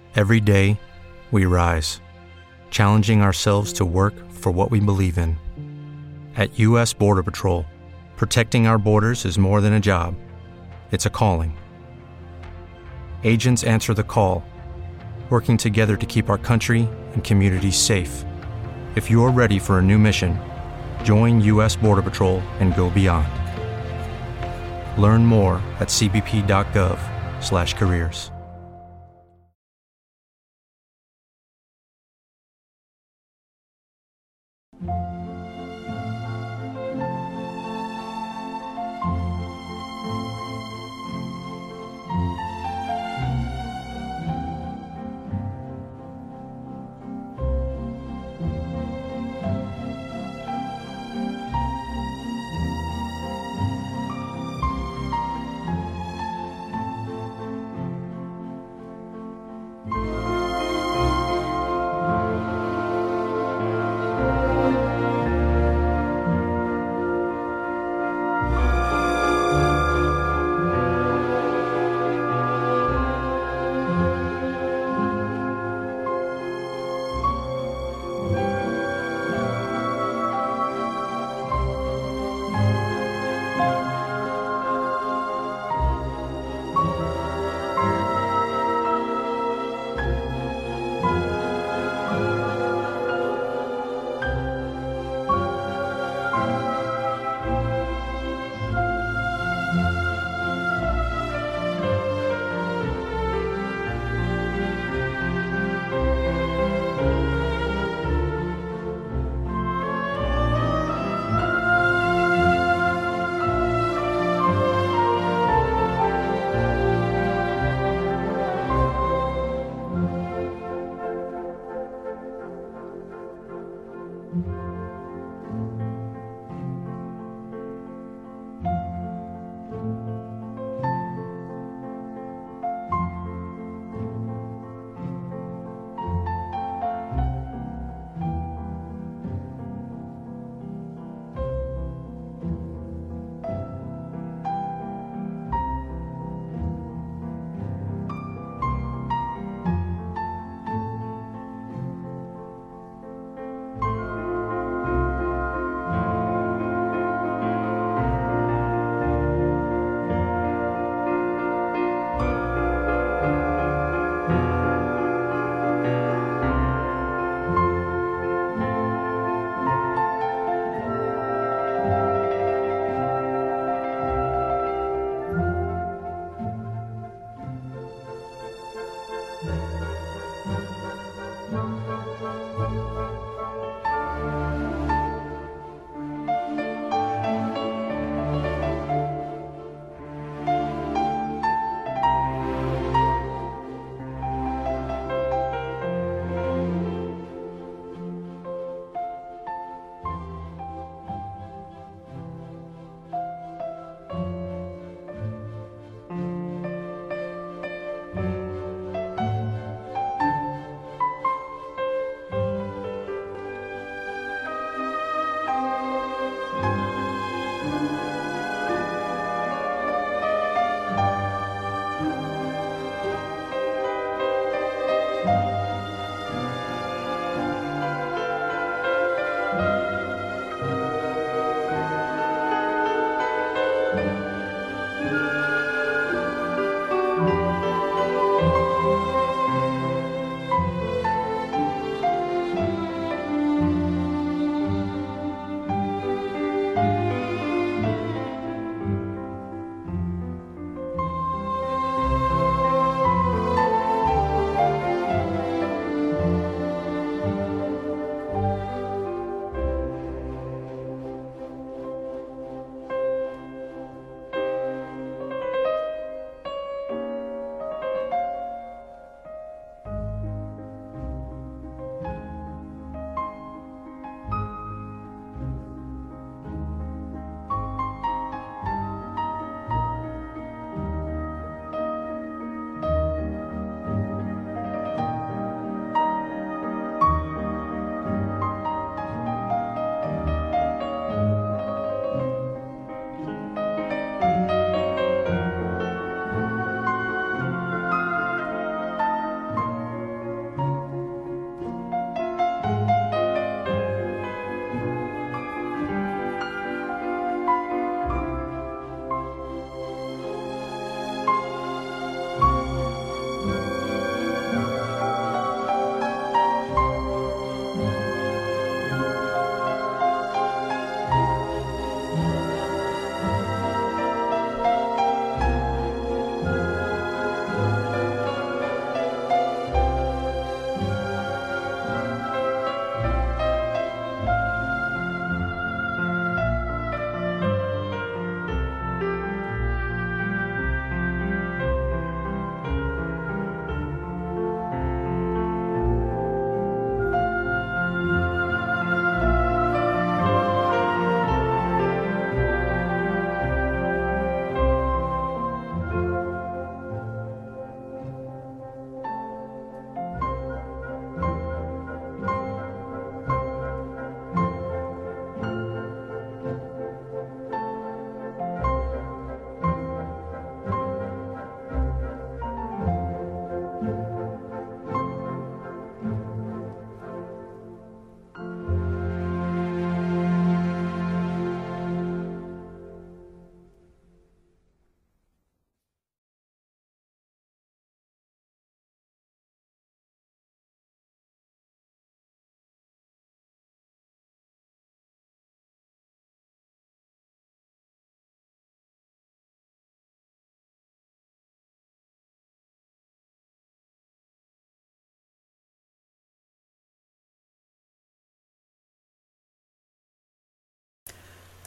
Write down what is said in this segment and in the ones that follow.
Every day, we rise, challenging ourselves to work for what we believe in. At U.S. Border Patrol, protecting our borders is more than a job. It's a calling. Agents answer the call, working together to keep our country and communities safe. If you're ready for a new mission, join U.S. Border Patrol and go beyond. Learn more at cbp.gov/careers.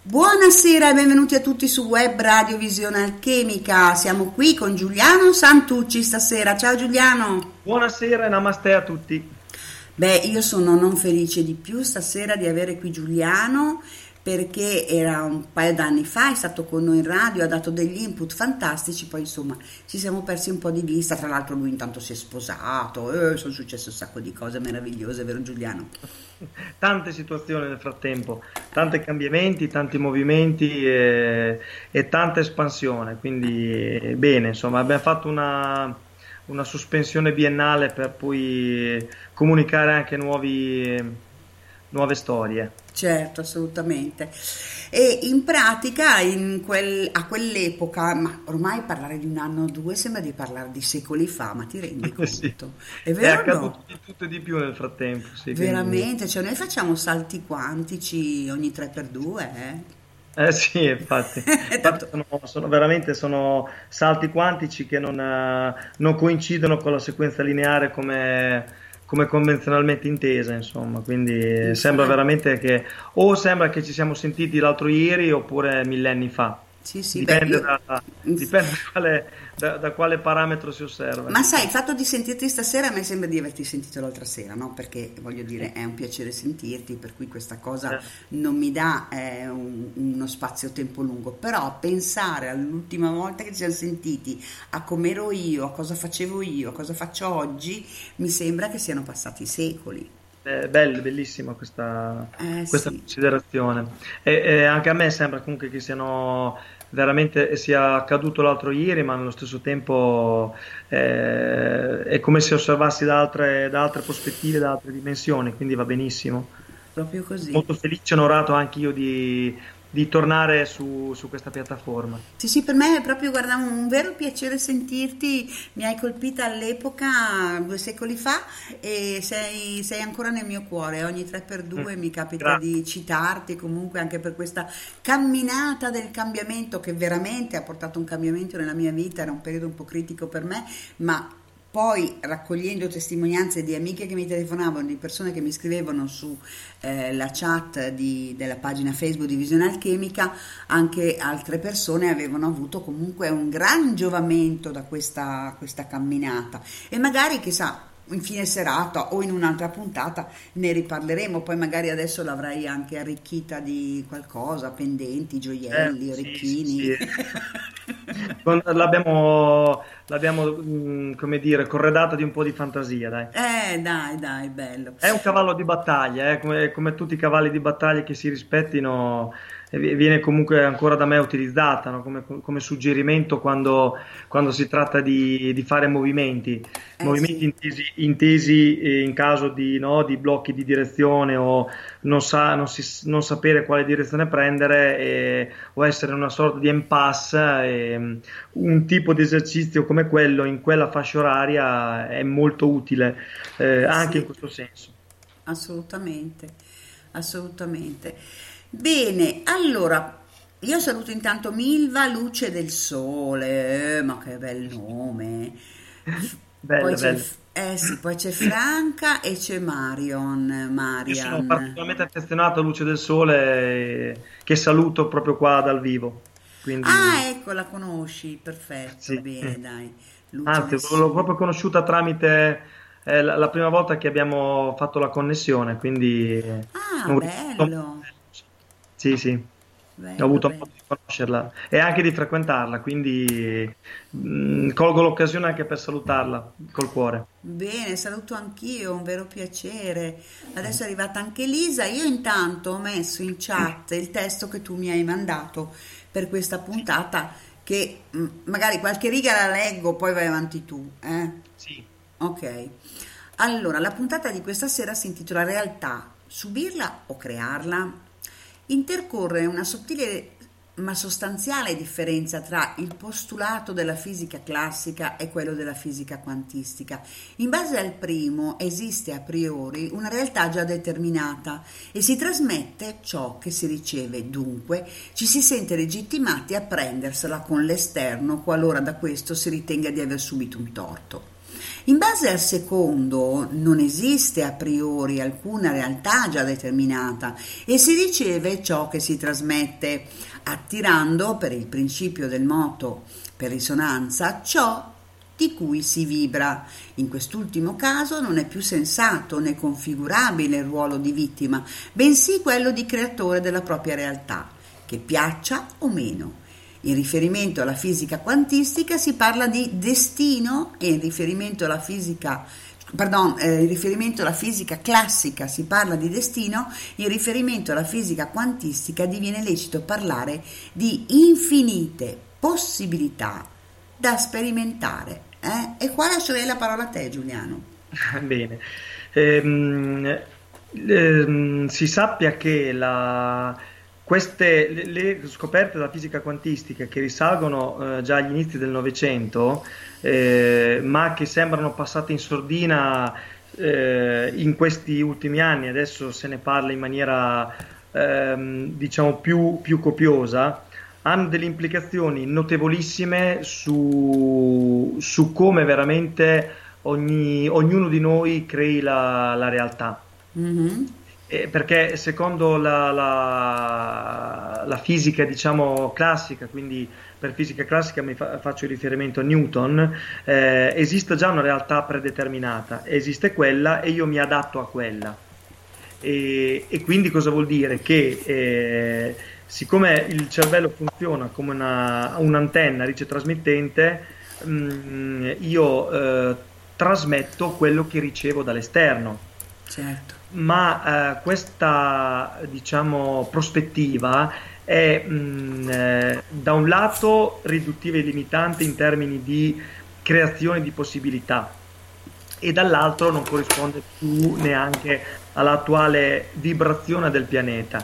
Buonasera e benvenuti a tutti su Web Radio Visione Alchemica. Siamo qui con Giuliano Santucci stasera. Ciao Giuliano. Buonasera e namaste a tutti. Beh, io sono non felice di più stasera di avere qui Giuliano, perché era un paio d'anni fa, è stato con noi in radio, ha dato degli input fantastici, poi insomma ci siamo persi un po' di vista. Tra l'altro lui intanto si è sposato, sono successe un sacco di cose meravigliose, vero Giuliano? Tante situazioni nel frattempo, tanti cambiamenti, tanti movimenti e tanta espansione, quindi bene, insomma abbiamo fatto una sospensione biennale per poi comunicare anche nuove storie. Certo, assolutamente. E in pratica a quell'epoca, ma ormai parlare di un anno o due sembra di parlare di secoli fa, ma ti rendi Sì. conto? È È vero o accaduto no? di tutto e di più nel frattempo, sì, quindi... Veramente, cioè noi facciamo salti quantici ogni 3x2, eh? Sì, infatti, Tanto- sono salti quantici che non coincidono con la sequenza lineare come convenzionalmente intesa, insomma, quindi sembra infatti, veramente che o sembra che ci siamo sentiti l'altro ieri oppure millenni fa, sì, sì, beh, dipende dipende da quale parametro si osserva. ma sai, il fatto di sentirti stasera a me sembra di averti sentito l'altra sera, no? Perché voglio dire, è un piacere sentirti, per cui questa cosa Eh, non mi dà uno spazio-tempo lungo, però pensare all'ultima volta che ci siamo sentiti, a come ero io, a cosa facevo io, a cosa faccio oggi, mi sembra che siano passati secoli. È bellissima questa Sì. considerazione. E anche a me sembra comunque che sia accaduto l'altro ieri, ma nello stesso tempo è come se osservassi da altre prospettive, da altre dimensioni, quindi va benissimo. Proprio così. Molto felice e onorato anche io di tornare su questa piattaforma. Sì, sì, per me è proprio, guarda, un vero piacere sentirti, mi hai colpita all'epoca, 2 secoli fa, e sei ancora nel mio cuore. Ogni Mm. 3x2 mi capita Grazie. di citarti comunque anche per questa camminata del cambiamento che veramente ha portato un cambiamento nella mia vita. Era un periodo un po' critico per me, ma poi raccogliendo testimonianze di amiche che mi telefonavano, di persone che mi scrivevano su la chat della pagina Facebook di Visione Alchemica, anche altre persone avevano avuto comunque un gran giovamento da questa camminata, e magari chissà in fine serata o in un'altra puntata ne riparleremo. Poi magari adesso l'avrai anche arricchita di qualcosa, pendenti, gioielli, Sì, sì, sì. orecchini. L'abbiamo, come dire, corredata di un po' di fantasia, dai. Dai, dai, bello. È un cavallo di battaglia, come tutti i cavalli di battaglia che si rispettino, viene comunque ancora da me utilizzata, no? Come suggerimento quando si tratta di fare movimenti, movimenti Sì. intesi in caso no, di blocchi di direzione o non sapere quale direzione prendere o essere in una sorta di impasse. Un tipo di esercizio come quello in quella fascia oraria è molto utile anche in Sì, questo senso. assolutamente, assolutamente. Bene, allora io saluto intanto Milva, Luce del Sole, ma che bel nome. Poi Belle, belle. sì, poi c'è Franca e c'è Io sono Marian. particolarmente affezionato a Luce del Sole, che saluto proprio qua dal vivo. Quindi, Ah, ecco, la conosci, perfetto, sì. bene, dai, Luce Anzi, del l'ho Sole. proprio conosciuta tramite la prima volta che abbiamo fatto la connessione, quindi Ah, un ricordo. bello, Sì, sì. Ho bello, avuto bello. modo di conoscerla e anche di frequentarla, quindi colgo l'occasione anche per salutarla col cuore. Bene, saluto anch'io, un vero piacere. Adesso è arrivata anche Lisa. Io intanto ho messo in chat il testo che tu mi hai mandato per questa puntata, che magari qualche riga la leggo, poi vai avanti tu, eh? Sì. Ok. Allora, la puntata di questa sera si intitola Realtà, subirla o crearla? Intercorre una sottile ma sostanziale differenza tra il postulato della fisica classica e quello della fisica quantistica. In base al primo esiste a priori una realtà già determinata e si trasmette ciò che si riceve, dunque ci si sente legittimati a prendersela con l'esterno qualora da questo si ritenga di aver subito un torto. In base al secondo non esiste a priori alcuna realtà già determinata e si riceve ciò che si trasmette, attirando per il principio del moto per risonanza ciò di cui si vibra. In quest'ultimo caso non è più sensato né configurabile il ruolo di vittima, bensì quello di creatore della propria realtà, che piaccia o meno. In riferimento alla fisica quantistica si parla di destino e in riferimento alla fisica classica si parla di destino, in riferimento alla fisica quantistica diviene lecito parlare di infinite possibilità da sperimentare. E qua lascerei la parola a te, Giuliano. Bene. Si sappia che le scoperte della fisica quantistica che risalgono già agli inizi del Novecento, ma che sembrano passate in sordina in questi ultimi anni, adesso se ne parla in maniera diciamo più copiosa, hanno delle implicazioni notevolissime su come veramente ognuno di noi crei la realtà. Mhm. Perché secondo la fisica, diciamo, classica, quindi per fisica classica faccio riferimento a Newton, esiste già una realtà predeterminata, esiste quella e io mi adatto a quella. E quindi cosa vuol dire? Che siccome il cervello funziona come un'antenna ricetrasmittente, io trasmetto quello che ricevo dall'esterno. Certo. Ma questa, diciamo, prospettiva è da un lato riduttiva e limitante in termini di creazione di possibilità e dall'altro non corrisponde più neanche all'attuale vibrazione del pianeta.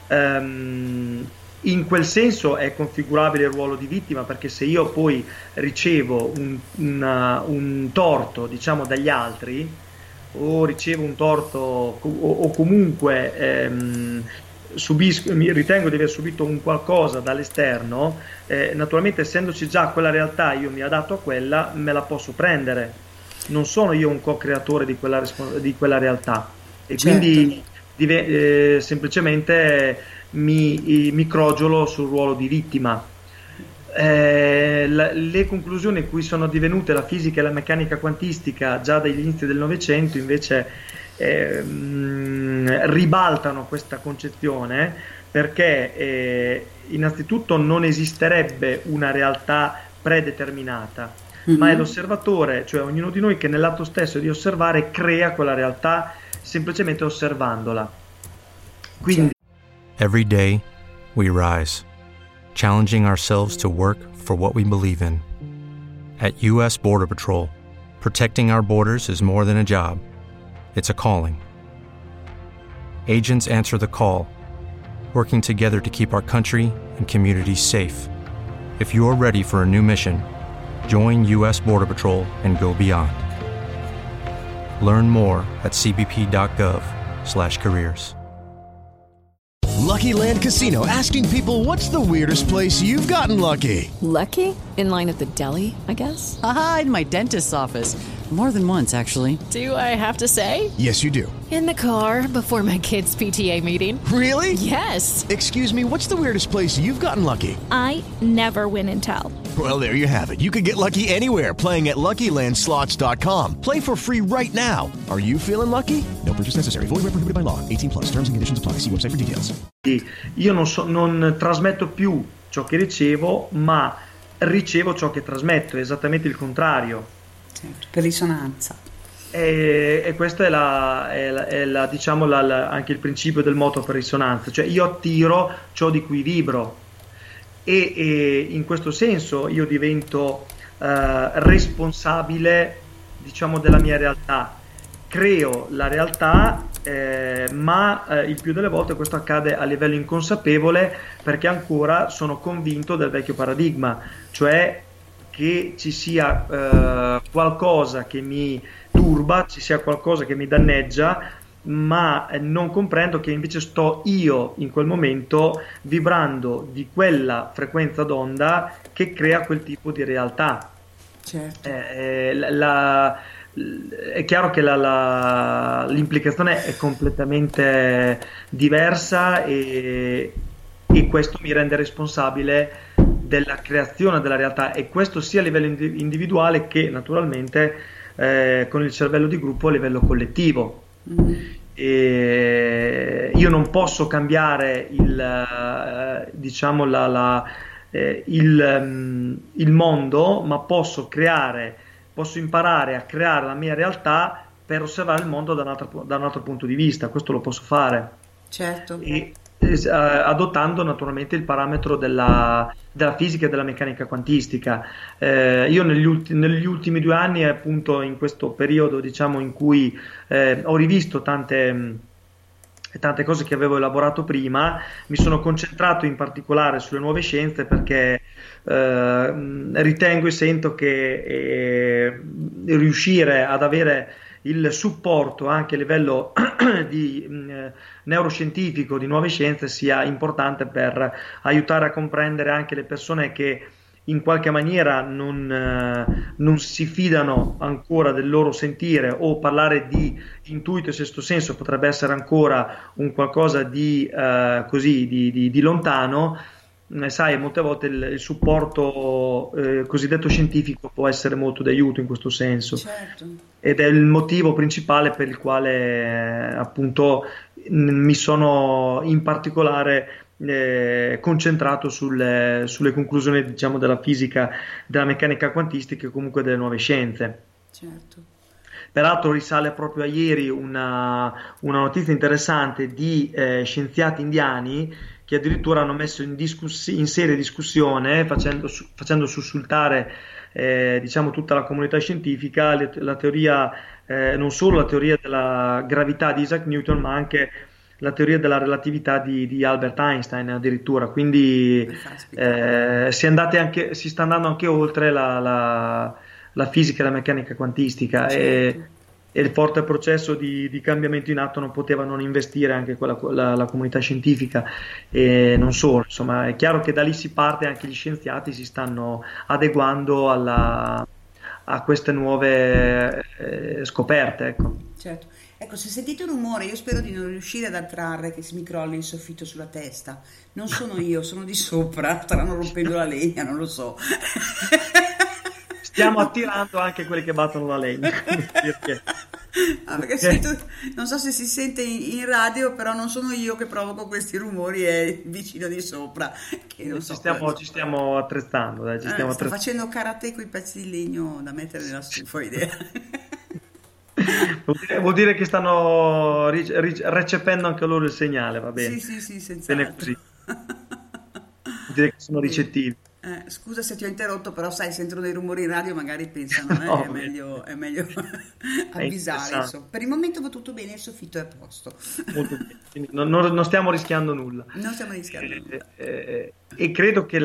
In quel senso è configurabile il ruolo di vittima, perché se io poi ricevo un torto, diciamo, dagli altri, o ricevo un torto o comunque ritengo di aver subito un qualcosa dall'esterno, naturalmente essendoci già quella realtà io mi adatto a quella, me la posso prendere, non sono io un co-creatore di quella realtà e Certo. quindi semplicemente mi crogiolo sul ruolo di vittima. Le conclusioni a cui sono divenute la fisica e la meccanica quantistica già dagli inizi del Novecento invece ribaltano questa concezione, perché innanzitutto non esisterebbe una realtà predeterminata, ma è l'osservatore, cioè ognuno di noi, che nell'atto stesso di osservare crea quella realtà semplicemente osservandola. Quindi Every day, we rise, challenging ourselves to work for what we believe in. At U.S. Border Patrol, protecting our borders is more than a job. It's a calling. Agents answer the call, working together to keep our country and communities safe. If you're ready for a new mission, join U.S. Border Patrol and go beyond. Learn more at cbp.gov/careers. Lucky Land Casino, asking people, what's the weirdest place you've gotten lucky? Lucky? In line at the deli, I guess? Aha, in my dentist's office. More than once, actually. Do I have to say? Yes, you do. In the car before my kids' PTA meeting. Really? Yes. Excuse me, what's the weirdest place you've gotten lucky? I never win and tell. Well, there you have it. You can get lucky anywhere, playing at LuckyLandSlots.com. Play for free right now. Are you feeling lucky? No purchase necessary. Void where prohibited by law. 18+. Terms and conditions apply. See website for details. io non trasmetto più ciò che ricevo, ma ricevo ciò che trasmetto, è esattamente il contrario. Certo, per risonanza. E questo è diciamo anche il principio del moto per risonanza, cioè io attiro ciò di cui vibro e in questo senso io divento responsabile, diciamo, della mia realtà, creo la realtà, ma il più delle volte questo accade a livello inconsapevole, perché ancora sono convinto del vecchio paradigma, cioè che ci sia qualcosa che mi turba, ci sia qualcosa che mi danneggia, ma non comprendo che invece sto io in quel momento vibrando di quella frequenza d'onda che crea quel tipo di realtà. Certo. è chiaro che l'implicazione è completamente diversa e questo mi rende responsabile della creazione della realtà, e questo sia a livello individuale che naturalmente con il cervello di gruppo a livello collettivo. E io non posso cambiare diciamo il mondo, ma posso imparare a creare la mia realtà per osservare il mondo da un altro punto di vista. Questo lo posso fare. Certo. E adottando naturalmente il parametro della fisica e della meccanica quantistica. Io negli ultimi 2 anni, appunto in questo periodo, diciamo, in cui ho rivisto tante cose che avevo elaborato prima, mi sono concentrato in particolare sulle nuove scienze, perché ritengo e sento che riuscire ad avere il supporto anche a livello di neuroscientifico di nuove scienze sia importante per aiutare a comprendere anche le persone che in qualche maniera non si fidano ancora del loro sentire, o parlare di intuito e sesto senso potrebbe essere ancora un qualcosa di lontano. Sai, molte volte il supporto cosiddetto scientifico può essere molto d'aiuto in questo senso. Certo. Ed è il motivo principale per il quale appunto mi sono in particolare concentrato sulle conclusioni, diciamo, della fisica, della meccanica quantistica e comunque delle nuove scienze. Certo. Peraltro risale proprio a ieri una notizia interessante di scienziati indiani che addirittura hanno messo in seria discussione, facendo sussultare diciamo tutta la comunità scientifica, la teoria, non solo la teoria della gravità di Isaac Newton, ma anche la teoria della relatività di Albert Einstein addirittura. Quindi si sta andando anche oltre la fisica e la meccanica quantistica. Certo. E il forte processo di cambiamento in atto non poteva non investire anche la comunità scientifica, e non solo. Insomma, è chiaro che da lì si parte, anche gli scienziati si stanno adeguando a queste nuove scoperte, ecco. Certo. Ecco, se sentite un rumore, io spero di non riuscire ad attrarre che mi crolli il soffitto sulla testa. Non sono io, sono di sopra, staranno rompendo la legna, non lo so. Stiamo attirando anche quelli che battono la legna. Perché non so se si sente in radio, però non sono io che provoco questi rumori, è il vicino di sopra. Che non so, ci stiamo attrezzando. Dai, sto facendo karate con i pezzi di legno da mettere nella stufa, idea. Vuol dire che stanno recependo anche loro il segnale, va bene? Sì, senz'altro. Bene così. Vuol dire che sono ricettivi. Scusa se ti ho interrotto, però sai, sentono dei rumori in radio, magari pensano, No, è meglio avvisare. Insomma. Per il momento va tutto bene, il soffitto è a posto. Molto bene. Quindi non stiamo rischiando nulla. Non stiamo rischiando nulla. E credo che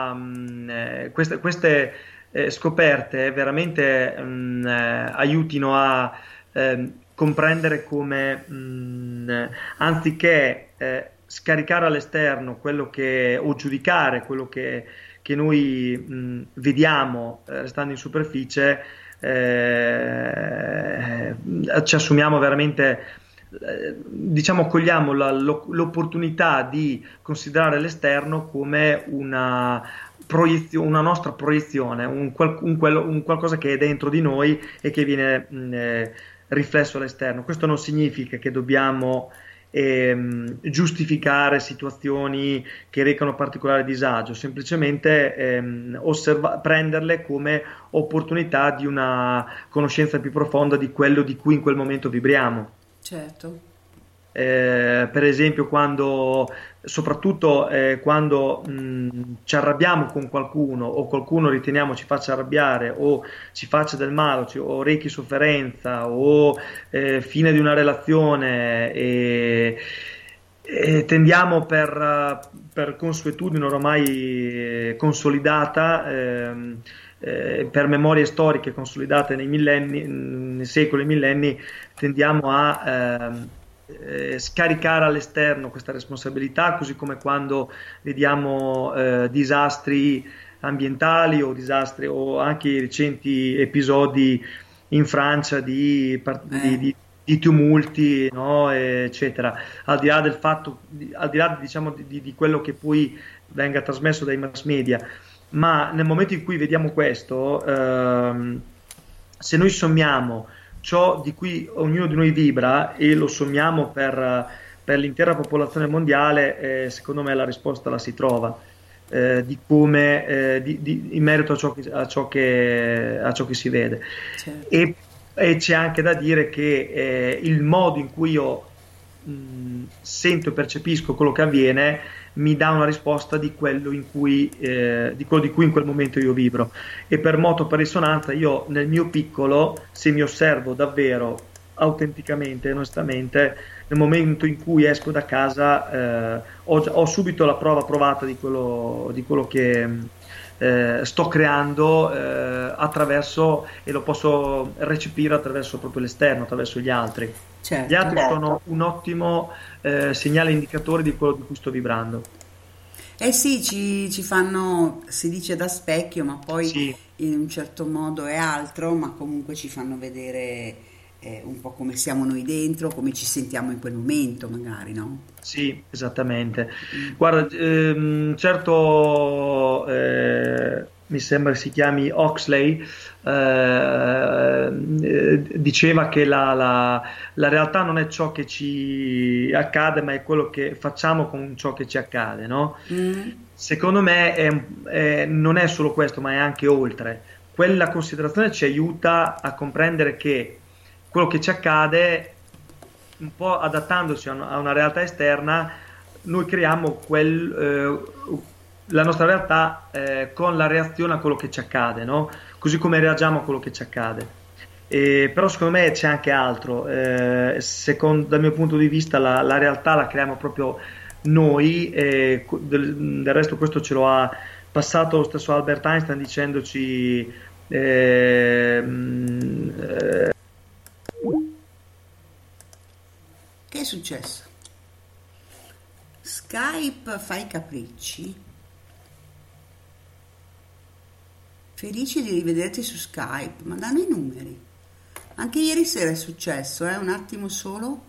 queste scoperte veramente aiutino a comprendere come anziché scaricare all'esterno o giudicare quello che noi vediamo restando in superficie, ci assumiamo veramente, diciamo, cogliamo l'opportunità di considerare l'esterno come una nostra proiezione, un qualcosa che è dentro di noi e che viene riflesso all'esterno. Questo non significa che dobbiamo giustificare situazioni che recano particolare disagio, semplicemente prenderle come opportunità di una conoscenza più profonda di quello di cui in quel momento vibriamo. Certo. Per esempio soprattutto quando ci arrabbiamo con qualcuno, o qualcuno riteniamo ci faccia arrabbiare o ci faccia del male o rechi sofferenza o fine di una relazione, e tendiamo per consuetudine ormai consolidata, per memorie storiche consolidate nei secoli e millenni, tendiamo a scaricare all'esterno questa responsabilità, così come quando vediamo disastri ambientali o anche i recenti episodi in Francia di tumulti, no, eccetera, al di là del fatto, al di là diciamo di quello che poi venga trasmesso dai mass media, ma nel momento in cui vediamo questo, se noi sommiamo ciò di cui ognuno di noi vibra e lo sommiamo per l'intera popolazione mondiale, secondo me la risposta la si trova. Di come in merito a ciò che si vede. Certo. E c'è anche da dire che il modo in cui io sento e percepisco quello che avviene mi dà una risposta di quello di quello di cui in quel momento io vibro, e per moto, per risonanza, io nel mio piccolo, se mi osservo davvero autenticamente e onestamente, nel momento in cui esco da casa ho subito la prova provata di quello che sto creando attraverso, e lo posso recepire attraverso proprio l'esterno, attraverso gli altri. Certo. Gli altri sono un ottimo segnale indicatore di quello di cui sto vibrando. Eh sì, ci fanno, si dice da specchio, ma poi Sì, in un certo modo è altro, ma comunque ci fanno vedere un po' come siamo noi dentro, come ci sentiamo in quel momento, magari, no? sì, esattamente. Guarda, certo, mi sembra si chiami Oxley, diceva che la realtà non è ciò che ci accade, ma è quello che facciamo con ciò che ci accade, no? Mm, Secondo me non è solo questo, ma è anche oltre. Quella considerazione ci aiuta a comprendere che quello che ci accade, un po' adattandosi a una realtà esterna, noi creiamo la nostra realtà con la reazione a quello che ci accade, no? Così come reagiamo a quello che ci accade. Però secondo me c'è anche altro. Dal mio punto di vista la realtà la creiamo proprio noi, del resto questo ce lo ha passato lo stesso Albert Einstein dicendoci Che è successo? Skype fa i capricci? Felice di rivederti su Skype, ma danno i numeri. Anche ieri sera è successo, un attimo solo.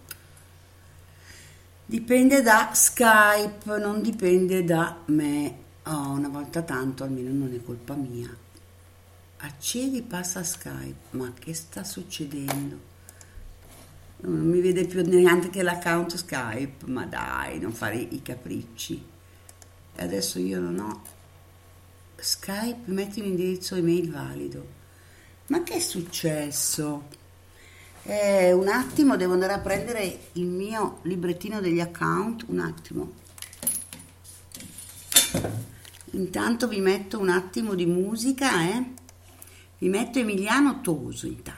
Dipende da Skype, non dipende da me. Oh, una volta tanto, almeno non è colpa mia. Accedi, passa Skype. Ma che sta succedendo? Non mi vede più neanche l'account Skype. Ma dai, non fare i capricci. E adesso io non ho Skype, metti un indirizzo email valido. Ma che è successo? Un attimo, devo andare a prendere il mio librettino degli account, un attimo. Intanto vi metto un attimo di musica, Vi metto Emiliano Toso intanto.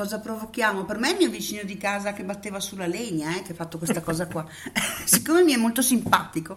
cosa provochiamo? Per me è il mio vicino di casa che batteva sulla legna, che ha fatto questa cosa qua. Siccome mi è molto simpatico.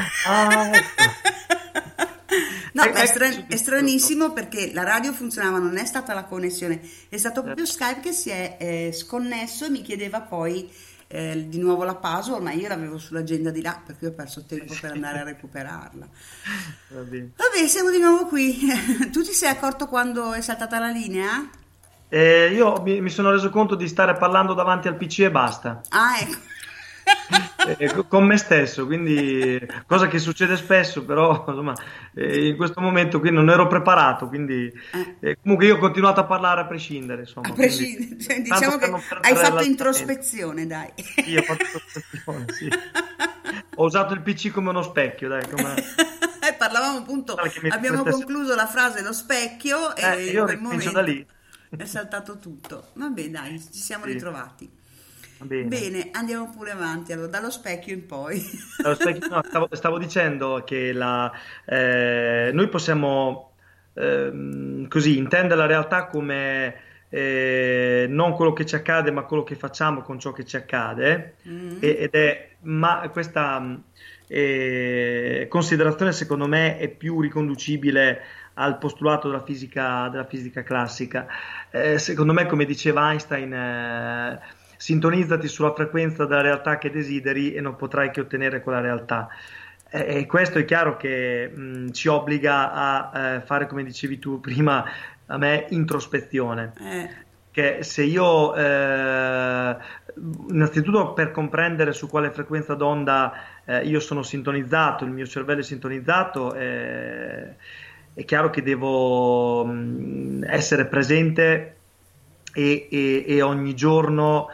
No, è stranissimo perché la radio funzionava, non è stata la connessione, è stato proprio Skype che si è sconnesso e mi chiedeva poi di nuovo la password, ma io l'avevo sull'agenda di là perché ho perso tempo per andare a recuperarla. Vabbè, siamo di nuovo qui. Tu ti sei accorto quando è saltata la linea? Io mi sono reso conto di stare parlando davanti al PC e basta. Ah, ecco. Con me stesso, quindi cosa che succede spesso, però insomma, in questo momento qui non ero preparato, quindi comunque io ho continuato a parlare a prescindere, insomma, quindi, cioè, diciamo che hai fatto introspezione, dai. Sì, ho fatto introspezione, sì. Ho usato il PC come uno specchio, dai, parlavamo appunto, abbiamo concluso la frase lo specchio e io in quel momento da lì è saltato tutto. Vabbè, dai, ci siamo ritrovati. Bene, andiamo pure avanti, allora, dallo specchio in poi. Stavo dicendo che noi possiamo così intendere la realtà come non quello che ci accade, ma quello che facciamo con ciò che ci accade, ma questa considerazione secondo me è più riconducibile al postulato della fisica classica. Secondo me, come diceva Einstein, sintonizzati sulla frequenza della realtà che desideri e non potrai che ottenere quella realtà. E questo è chiaro che ci obbliga a fare, come dicevi tu prima, a me, introspezione. Che se io, innanzitutto per comprendere su quale frequenza d'onda io sono sintonizzato, il mio cervello è sintonizzato, è chiaro che devo essere presente e ogni giorno,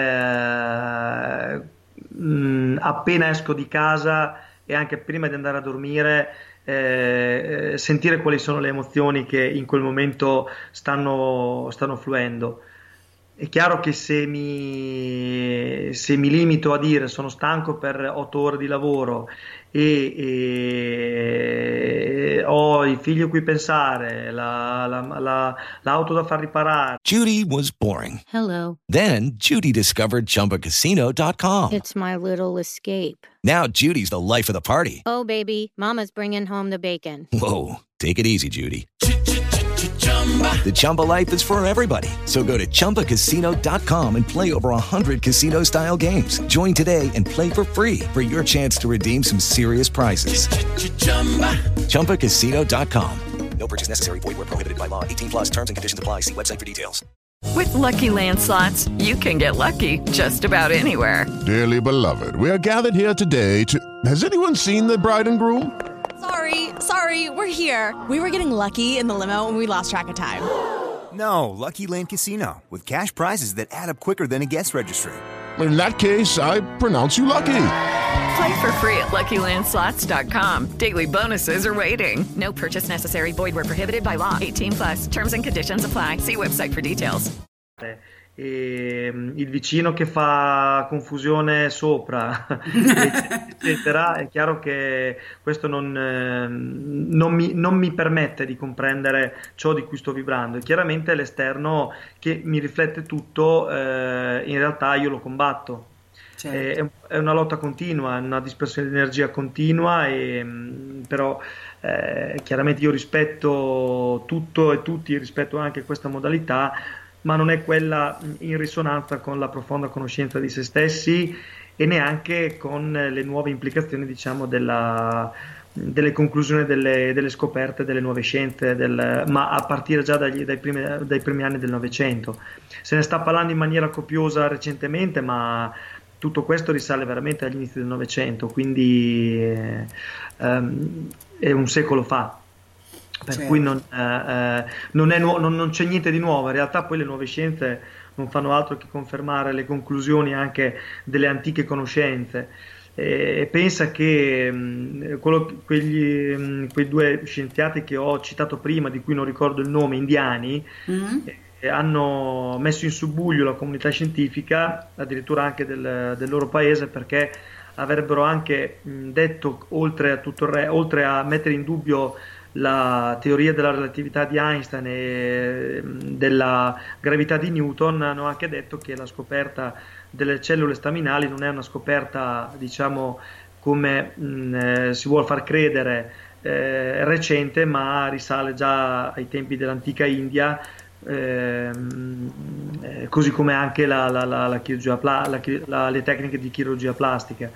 appena esco di casa e anche prima di andare a dormire, sentire quali sono le emozioni che in quel momento stanno fluendo. È chiaro che se mi limito a dire sono stanco per 8 ore di lavoro e ho i figli a cui pensare, l'auto da far riparare. Judy was boring. Hello. Then Judy discovered ChumbaCasino.com. It's my little escape. Now Judy's the life of the party. Oh, baby, mama's bringing home the bacon. Whoa, take it easy, Judy. The Chumba life is for everybody. So go to ChumbaCasino.com and play over 100 casino-style games. Join today and play for free for your chance to redeem some serious prizes. ChumbaCasino.com. No purchase necessary. Void where prohibited by law. 18 plus terms and conditions apply. See website for details. With Lucky Land Slots, you can get lucky just about anywhere. Dearly beloved, we are gathered here today to... Has anyone seen the bride and groom? Sorry, we're here. We were getting lucky in the limo and we lost track of time. No, Lucky Land Casino, with cash prizes that add up quicker than a guest registry. In that case, I pronounce you lucky. Play for free at LuckyLandSlots.com. Daily bonuses are waiting. No purchase necessary. Void where prohibited by law. 18 plus. Terms and conditions apply. See website for details. E il vicino che fa confusione sopra, eccetera, è chiaro che questo non mi permette di comprendere ciò di cui sto vibrando, e chiaramente l'esterno che mi riflette tutto, in realtà io lo combatto. Certo. È una lotta continua, una dispersione di energia continua, però chiaramente io rispetto tutto e tutti, rispetto anche questa modalità, ma non è quella in risonanza con la profonda conoscenza di se stessi e neanche con le nuove implicazioni, diciamo, delle conclusioni delle scoperte delle nuove scienze, ma a partire già dai primi anni del Novecento. Se ne sta parlando in maniera copiosa recentemente, ma tutto questo risale veramente agli inizi del Novecento, quindi è un secolo fa. Per certo. Cui non c'è niente di nuovo. In realtà poi le nuove scienze non fanno altro che confermare le conclusioni anche delle antiche conoscenze. Pensa che quei due scienziati che ho citato prima, di cui non ricordo il nome, indiani, hanno messo in subbuglio la comunità scientifica, addirittura anche del loro paese, perché avrebbero anche detto, oltre a mettere in dubbio la teoria della relatività di Einstein e della gravità di Newton, hanno anche detto che la scoperta delle cellule staminali non è una scoperta, diciamo, come si vuol far credere, recente, ma risale già ai tempi dell'antica India, così come anche la chirurgia le tecniche di chirurgia plastica.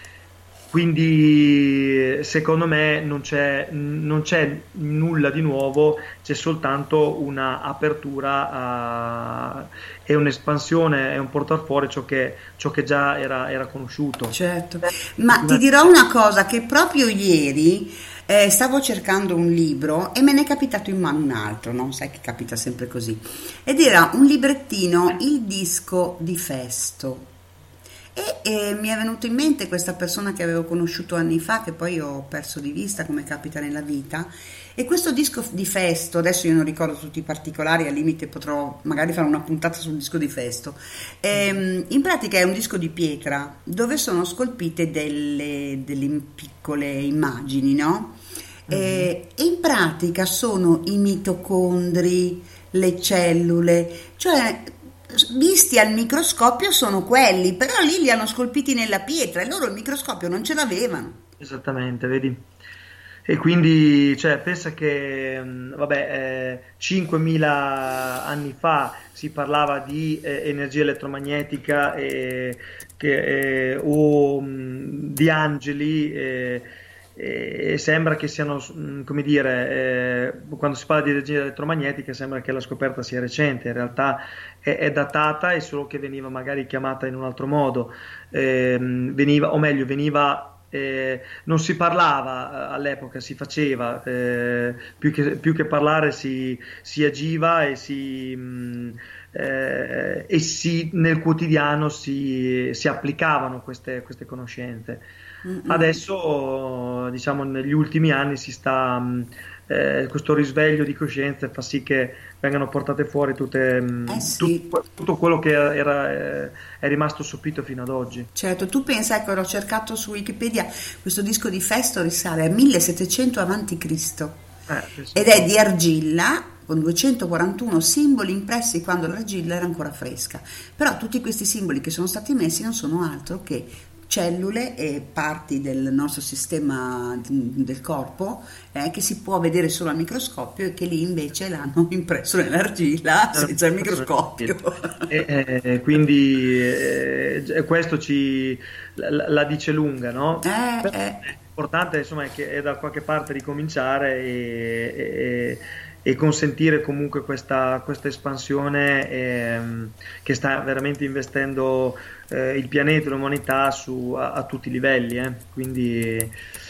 Quindi secondo me non c'è nulla di nuovo, c'è soltanto una apertura e un'espansione e un portar fuori ciò che già era conosciuto. Certo, ma ti dirò una cosa, che proprio ieri stavo cercando un libro e me ne è capitato in mano un altro, no? Sai che capita sempre così, ed era un librettino, Il disco di Festo. E mi è venuto in mente questa persona che avevo conosciuto anni fa, che poi ho perso di vista, come capita nella vita, e questo disco di Festo, adesso io non ricordo tutti i particolari, al limite potrò magari fare una puntata sul disco di Festo, in pratica è un disco di pietra dove sono scolpite delle piccole immagini, no? E in pratica sono i mitocondri, le cellule, cioè visti al microscopio sono quelli, però lì li hanno scolpiti nella pietra e loro il microscopio non ce l'avevano. Esattamente, vedi? E quindi, cioè, pensa che 5.000 anni fa si parlava di energia elettromagnetica o di angeli, e sembra che siano, come dire, quando si parla di energia elettromagnetica sembra che la scoperta sia recente, in realtà è datata, è solo che veniva magari chiamata in un altro modo, non si parlava all'epoca, si faceva, più che parlare si agiva e nel quotidiano si applicavano queste conoscenze. Adesso, diciamo, negli ultimi anni questo risveglio di coscienza fa sì che vengano portate fuori tutto quello che è rimasto sopito fino ad oggi. Certo, tu pensa, ecco, l'ho cercato su Wikipedia, questo disco di Festo risale al 1700 a.C. Ed è di argilla con 241 simboli impressi quando l'argilla era ancora fresca, però tutti questi simboli che sono stati messi non sono altro che cellule e parti del nostro sistema del corpo che si può vedere solo al microscopio e che lì invece l'hanno impresso nell'argilla senza il microscopio. Quindi questo la dice lunga, no? L'importante, insomma, è che è da qualche parte ricominciare e consentire comunque questa espansione che sta veramente investendo il pianeta e l'umanità a tutti i livelli. Quindi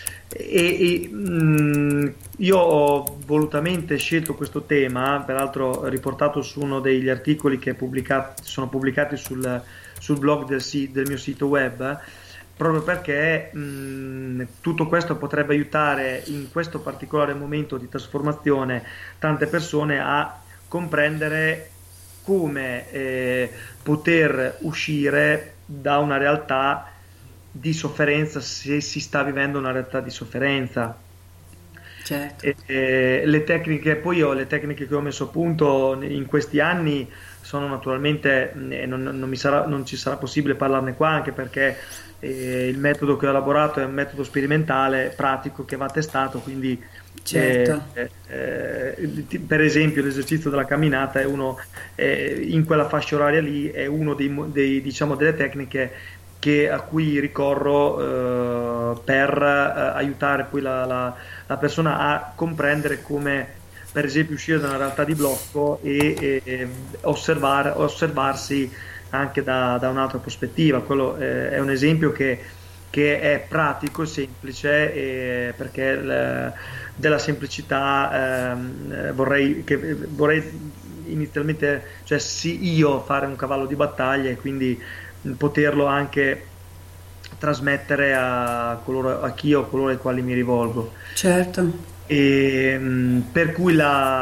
io ho volutamente scelto questo tema, peraltro riportato su uno degli articoli che sono pubblicati sul blog del mio sito web, proprio perché tutto questo potrebbe aiutare in questo particolare momento di trasformazione tante persone a comprendere come poter uscire da una realtà di sofferenza, se si sta vivendo una realtà di sofferenza. Certo. Le tecniche che ho messo a punto in questi anni sono naturalmente, non ci sarà possibile parlarne qua, anche perché il metodo che ho elaborato è un metodo sperimentale, pratico, che va testato, quindi certo. Per esempio l'esercizio della camminata è uno, in quella fascia oraria lì, è uno diciamo delle tecniche a cui ricorro per aiutare poi la persona a comprendere come, per esempio, uscire da una realtà di blocco e osservarsi anche da un'altra prospettiva. Quello è un esempio che è pratico e semplice, perché della semplicità vorrei inizialmente, cioè io fare un cavallo di battaglia e quindi poterlo anche trasmettere a chi o a coloro ai quali mi rivolgo. Certo. Per cui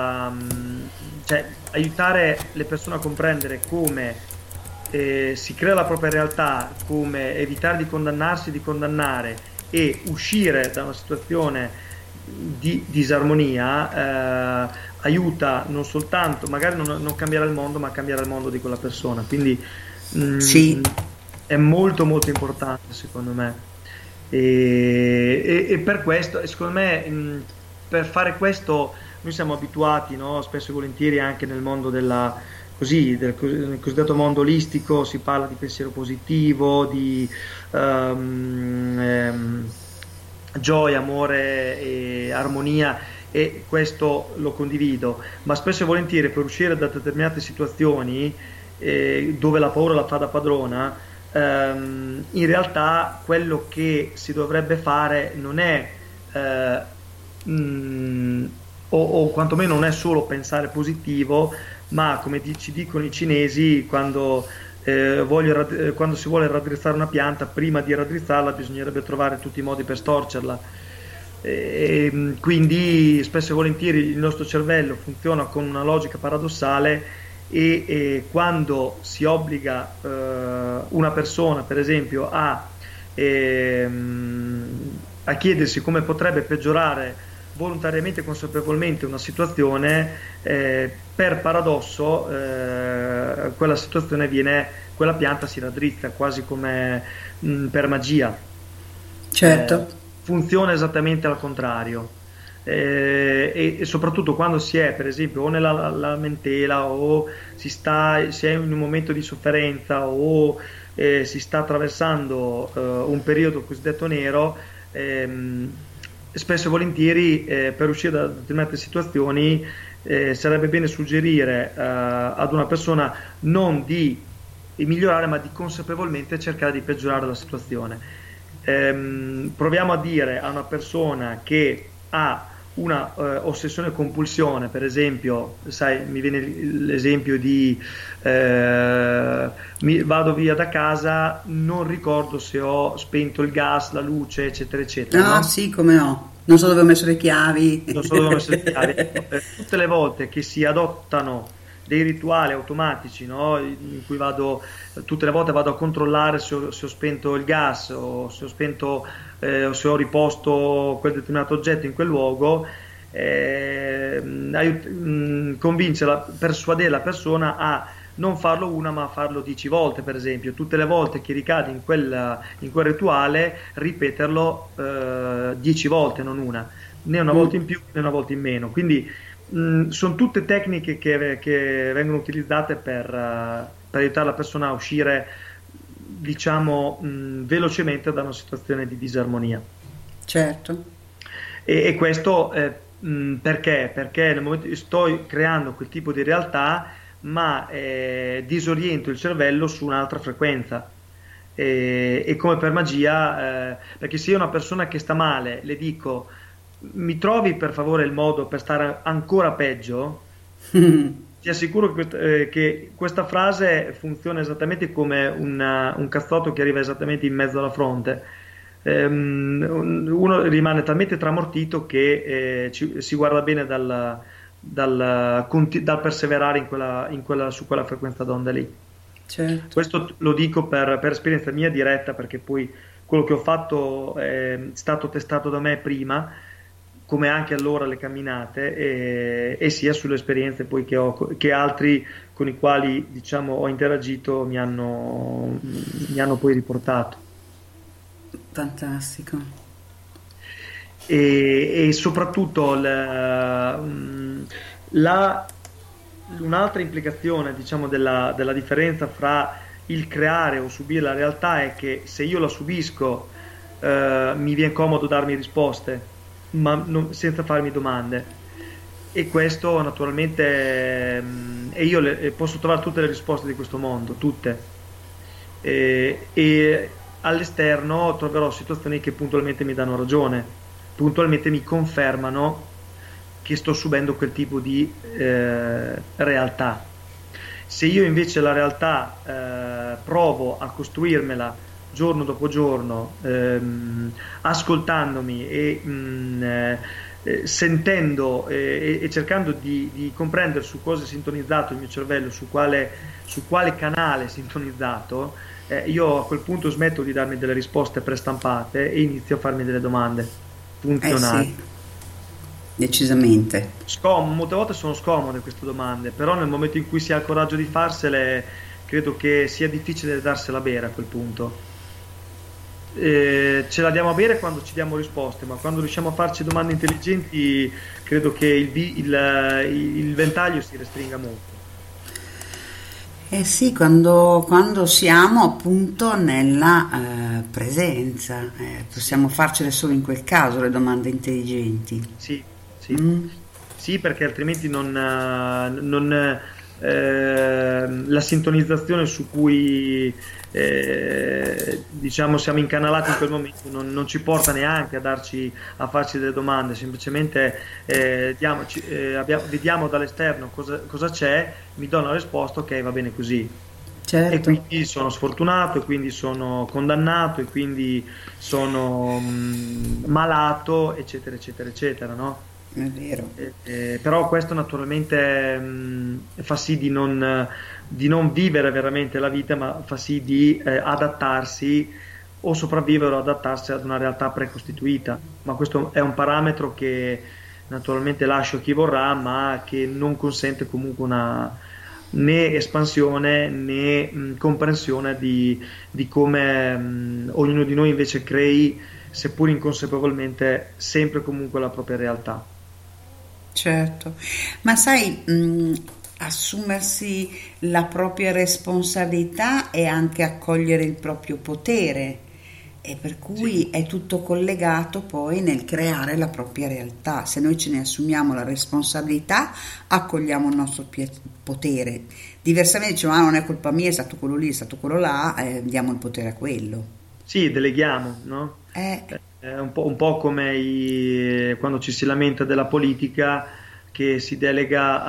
aiutare le persone a comprendere come si crea la propria realtà, come evitare di condannarsi, di condannare, e uscire da una situazione di disarmonia aiuta non soltanto, magari non cambiare il mondo, ma cambiare il mondo di quella persona. Quindi sì, è molto molto importante secondo me, e per questo secondo me per fare questo noi siamo abituati, no? Spesso e volentieri anche nel mondo del cosiddetto mondo olistico si parla di pensiero positivo, di gioia, amore e armonia, e questo lo condivido, ma spesso e volentieri per uscire da determinate situazioni dove la paura la fa da padrona, in realtà quello che si dovrebbe fare non è o quantomeno non è solo pensare positivo, ma come ci dicono i cinesi, quando si vuole raddrizzare una pianta, prima di raddrizzarla bisognerebbe trovare tutti i modi per storcerla. Quindi spesso e volentieri il nostro cervello funziona con una logica paradossale, e quando si obbliga una persona, per esempio, a chiedersi come potrebbe peggiorare volontariamente e consapevolmente una situazione, per paradosso quella situazione quella pianta si raddrizza quasi come per magia. Certo. Funziona esattamente al contrario, e soprattutto quando si è, per esempio, o nella lamentela, o si è in un momento di sofferenza, o si sta attraversando un periodo cosiddetto nero, spesso e volentieri per uscire da determinate situazioni sarebbe bene suggerire ad una persona non di migliorare, ma di consapevolmente cercare di peggiorare la situazione. Proviamo a dire a una persona che ha una ossessione compulsione, per esempio, sai, mi viene l'esempio di vado via da casa, non ricordo se ho spento il gas, la luce, eccetera eccetera. No? Sì, come no, non so dove ho messo le chiavi. Tutte le volte che si adottano dei rituali automatici, no? In cui tutte le volte vado a controllare se ho spento il gas, o se ho spento o se ho riposto quel determinato oggetto in quel luogo, persuadere la persona a non farlo una, ma a farlo 10 volte, per esempio. Tutte le volte che ricade in quel rituale, ripeterlo 10 volte, non una, né una volta in più né una volta in meno. Quindi sono tutte tecniche che vengono utilizzate per aiutare la persona a uscire, diciamo, velocemente da una situazione di disarmonia. Certo. E questo perché? Perché nel momento che sto creando quel tipo di realtà, ma disoriento il cervello su un'altra frequenza, e come per magia, perché se io una persona che sta male le dico mi trovi per favore il modo per stare ancora peggio, ti assicuro che questa frase funziona esattamente come un cazzotto che arriva esattamente in mezzo alla fronte. Uno rimane talmente tramortito che si guarda bene dal perseverare su quella frequenza d'onda lì. Certo. Questo lo dico per esperienza mia diretta, perché poi quello che ho fatto è stato testato da me prima, come anche allora le camminate, e sia sulle esperienze poi che altri con i quali, diciamo, ho interagito mi hanno poi riportato. Fantastico. E soprattutto un'altra implicazione, diciamo, della differenza fra il creare o subire la realtà è che se io la subisco mi viene comodo darmi risposte, ma senza farmi domande, e questo naturalmente e io posso trovare tutte le risposte di questo mondo, tutte, e all'esterno troverò situazioni che puntualmente mi danno ragione, puntualmente mi confermano che sto subendo quel tipo di realtà. Se io invece la realtà provo a costruirmela giorno dopo giorno, ascoltandomi e sentendo e cercando di comprendere su cosa è sintonizzato il mio cervello, su quale canale è sintonizzato, io a quel punto smetto di darmi delle risposte prestampate e inizio a farmi delle domande funzionali. Sì. decisamente. Molte volte sono scomode queste domande, però nel momento in cui si ha il coraggio di farsele, credo che sia difficile darsela a bere a quel punto. Ce la diamo a bere quando ci diamo risposte, ma quando riusciamo a farci domande intelligenti, credo che il ventaglio si restringa molto. Eh sì, quando siamo appunto nella presenza, possiamo farcele solo in quel caso le domande intelligenti. Sì, sì, perché altrimenti la sintonizzazione su cui diciamo siamo incanalati in quel momento non ci porta neanche a farci delle domande, semplicemente vediamo dall'esterno cosa c'è, mi do una risposta, ok, va bene così. Certo. E quindi sono sfortunato, e quindi sono condannato, e quindi sono malato, eccetera eccetera eccetera, no? È vero. Però questo naturalmente fa sì di non vivere veramente la vita, ma fa sì di adattarsi o sopravvivere o adattarsi ad una realtà precostituita. Ma questo è un parametro che naturalmente lascio a chi vorrà, ma che non consente comunque né espansione né comprensione di come ognuno di noi invece crei, seppur inconsapevolmente, sempre e comunque la propria realtà. Certo, ma sai, assumersi la propria responsabilità e anche accogliere il proprio potere, e per cui è tutto collegato poi nel creare la propria realtà. Se noi ce ne assumiamo la responsabilità, accogliamo il nostro potere. Diversamente diciamo, non è colpa mia, è stato quello lì, è stato quello là, diamo il potere a quello. Sì, deleghiamo, no? È un po' come quando ci si lamenta della politica, che si delega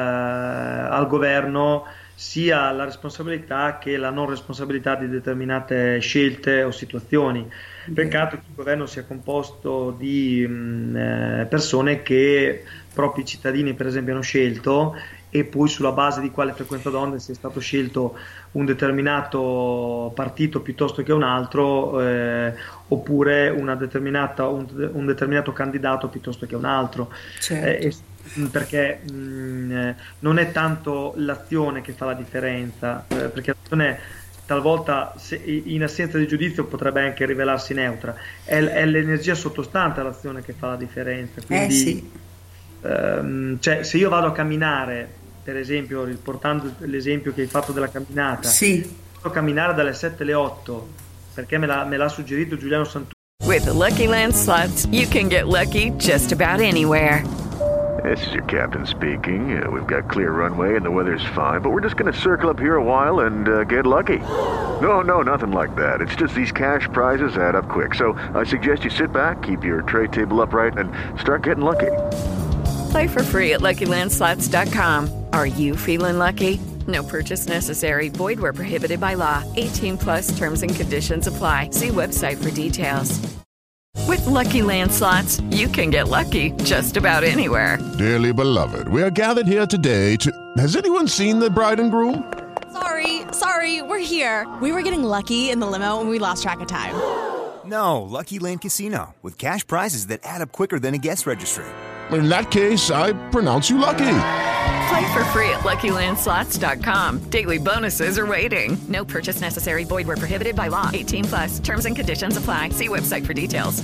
al governo sia la responsabilità che la non responsabilità di determinate scelte o situazioni. Peccato che il governo sia composto di persone che propri cittadini per esempio hanno scelto, e poi sulla base di quale frequenza d'onda sia stato scelto un determinato partito piuttosto che un altro, oppure un determinato candidato piuttosto che un altro. Certo. Perché non è tanto l'azione che fa la differenza, perché l'azione talvolta in assenza di giudizio potrebbe anche rivelarsi neutra, è l'energia sottostante all'azione che fa la differenza. Quindi cioè, se io vado a camminare, per esempio, riportando l'esempio che hai fatto della camminata, vado a camminare dalle 7 alle 8 perché me l'ha suggerito Giuliano Santucci. With Lucky Land Slots, you can get lucky just about anywhere. This is your captain speaking. We've got clear runway and the weather's fine, but we're just going to circle up here a while and get lucky. No, nothing like that. It's just these cash prizes add up quick. So I suggest you sit back, keep your tray table upright, and start getting lucky. Play for free at LuckyLandSlots.com. Are you feeling lucky? No purchase necessary. Void where prohibited by law. 18 plus terms and conditions apply. See website for details. With Lucky Land Slots, you can get lucky just about anywhere. Dearly beloved, we are gathered here today to... Has anyone seen the bride and groom? Sorry, we're here. We were getting lucky in the limo and we lost track of time. No, Lucky Land Casino, with cash prizes that add up quicker than a guest registry. In that case, I pronounce you lucky. Play for free at LuckyLandSlots.com. Daily bonuses are waiting. No purchase necessary. Void where prohibited by law. 18 plus. Terms and conditions apply. See website for details.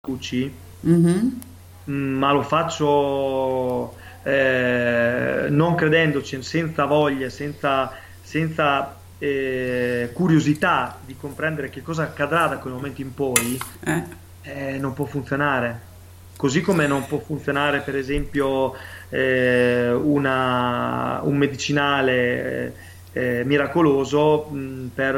Ma lo faccio non credendoci, senza voglia, senza curiosità di comprendere che cosa accadrà da quel momento in poi, non può funzionare. Così come non può funzionare, per esempio, un medicinale miracoloso per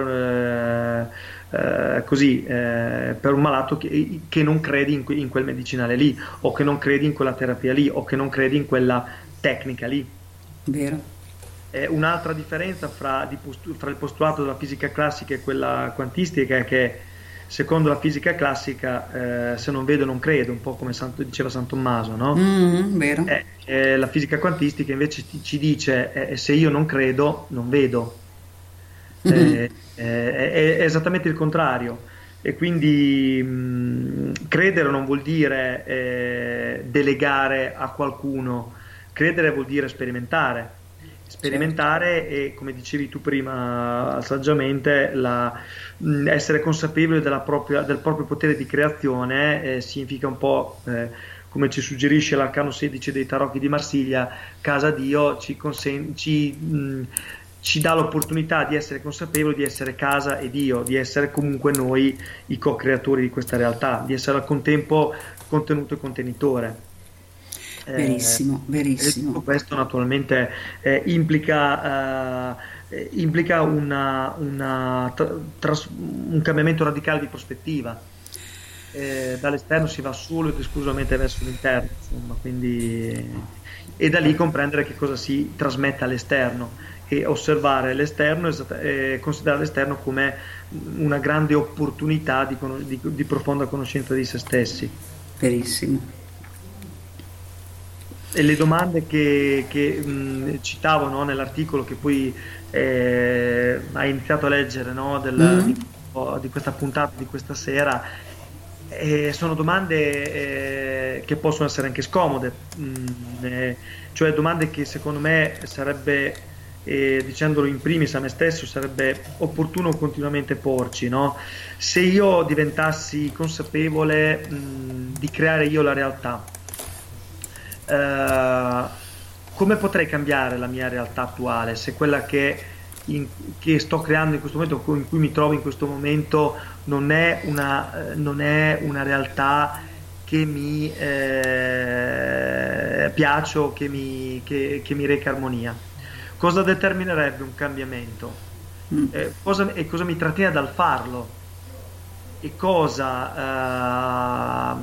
un malato che non credi in quel medicinale lì, o che non credi in quella terapia lì, o che non credi in quella tecnica lì. Vero. Un'altra differenza fra il postulato della fisica classica e quella quantistica è che, secondo la fisica classica, se non vedo non credo, un po' come diceva San Tommaso, no? Vero. La fisica quantistica invece ci dice se io non credo non vedo. È esattamente il contrario. E quindi credere non vuol dire delegare a qualcuno, credere vuol dire sperimentare. Sperimentare e, come dicevi tu prima saggiamente, essere consapevoli del proprio potere di creazione significa un po', come ci suggerisce l'arcano 16 dei tarocchi di Marsiglia, Casa Dio ci dà l'opportunità di essere consapevoli di essere casa e Dio, di essere comunque noi i co-creatori di questa realtà, di essere al contempo contenuto e contenitore. Verissimo. Tutto questo naturalmente implica un cambiamento radicale di prospettiva. Dall'esterno si va solo ed esclusivamente verso l'interno, insomma, e da lì comprendere che cosa si trasmette all'esterno e osservare l'esterno e considerare l'esterno come una grande opportunità di profonda conoscenza di se stessi. Verissimo. E le domande che citavo, no, nell'articolo che poi hai iniziato a leggere, no, di questa puntata di questa sera, sono domande che possono essere anche scomode, cioè domande che secondo me sarebbe, dicendolo in primis a me stesso, sarebbe opportuno continuamente porci, no? Se io diventassi consapevole di creare io la realtà, come potrei cambiare la mia realtà attuale, se quella che sto creando in questo momento, in cui mi trovo in questo momento, non è una realtà che mi piace o che mi reca armonia? Cosa determinerebbe un cambiamento? Cosa mi trattiene dal farlo? E cosa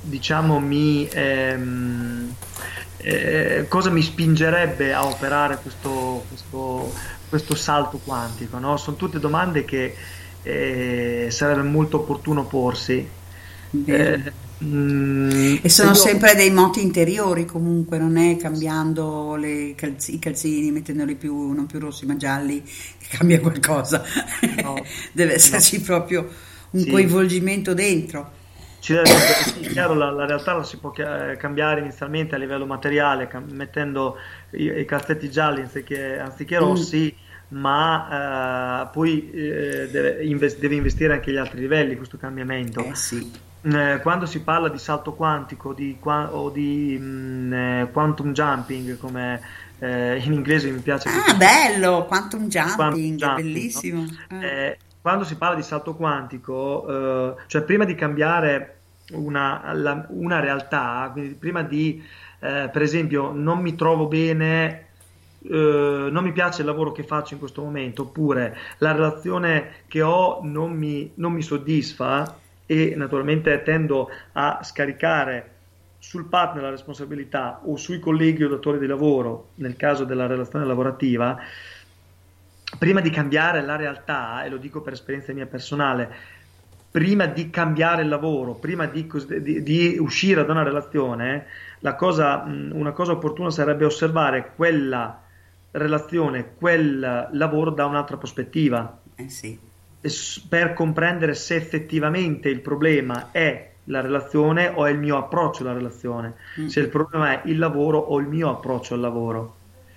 cosa mi spingerebbe a operare questo salto quantico, no? Sono tutte domande che sarebbe molto opportuno porsi. E sono sempre dei moti interiori, comunque, non è cambiando i calzini, mettendoli non più rossi ma gialli, che cambia qualcosa. No, deve esserci proprio un coinvolgimento dentro. È chiaro, la realtà la si può cambiare inizialmente a livello materiale, mettendo i calzetti gialli anziché rossi, ma poi deve investire anche gli altri livelli questo cambiamento. Quando si parla di salto quantico o di quantum jumping, come in inglese mi piace. Bello, quantum jumping, bellissimo. No? Quando si parla di salto quantico, cioè prima di cambiare una realtà, quindi prima di, per esempio, non mi trovo bene, non mi piace il lavoro che faccio in questo momento, oppure la relazione che ho non mi soddisfa, e naturalmente tendo a scaricare sul partner la responsabilità o sui colleghi o datori di lavoro nel caso della relazione lavorativa. Prima di cambiare la realtà, e lo dico per esperienza mia personale, prima di cambiare il lavoro, prima di uscire da una relazione, una cosa opportuna sarebbe osservare quella relazione, quel lavoro da un'altra prospettiva, per comprendere se effettivamente il problema è la relazione o è il mio approccio alla relazione, se il problema è il lavoro o il mio approccio al lavoro.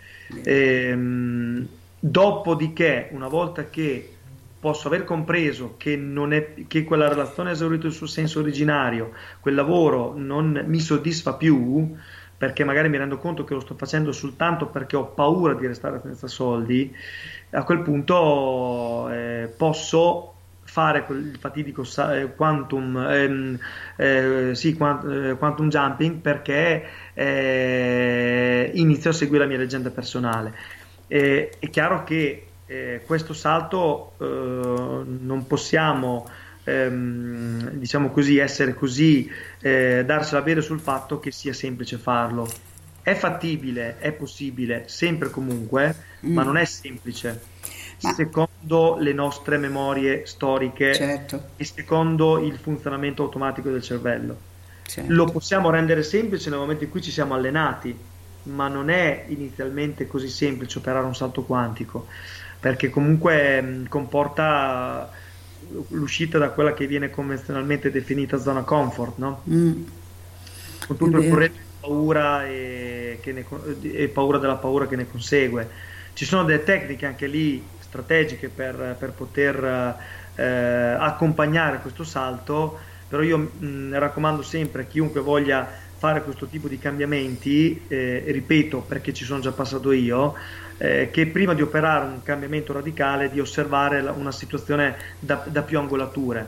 Dopodiché, una volta che posso aver compreso che quella relazione ha esaurito il suo senso originario, quel lavoro non mi soddisfa più, perché magari mi rendo conto che lo sto facendo soltanto perché ho paura di restare senza soldi, a quel punto posso fare il fatidico quantum jumping, perché inizio a seguire la mia leggenda personale. È chiaro che questo salto non possiamo diciamo così essere così darsela a bere sul fatto che sia semplice farlo. È fattibile, è possibile, sempre e comunque, ma non è semplice secondo le nostre memorie storiche, e secondo il funzionamento automatico del cervello. Lo possiamo rendere semplice nel momento in cui ci siamo allenati, ma non è inizialmente così semplice operare un salto quantico, perché comunque comporta l'uscita da quella che viene convenzionalmente definita zona comfort, no? Con tutto il corretto di paura e paura della paura che ne consegue. Ci sono delle tecniche anche lì strategiche per poter accompagnare questo salto, però io raccomando sempre a chiunque voglia fare questo tipo di cambiamenti, ripeto perché ci sono già passato io, che prima di operare un cambiamento radicale di osservare una situazione da più angolature.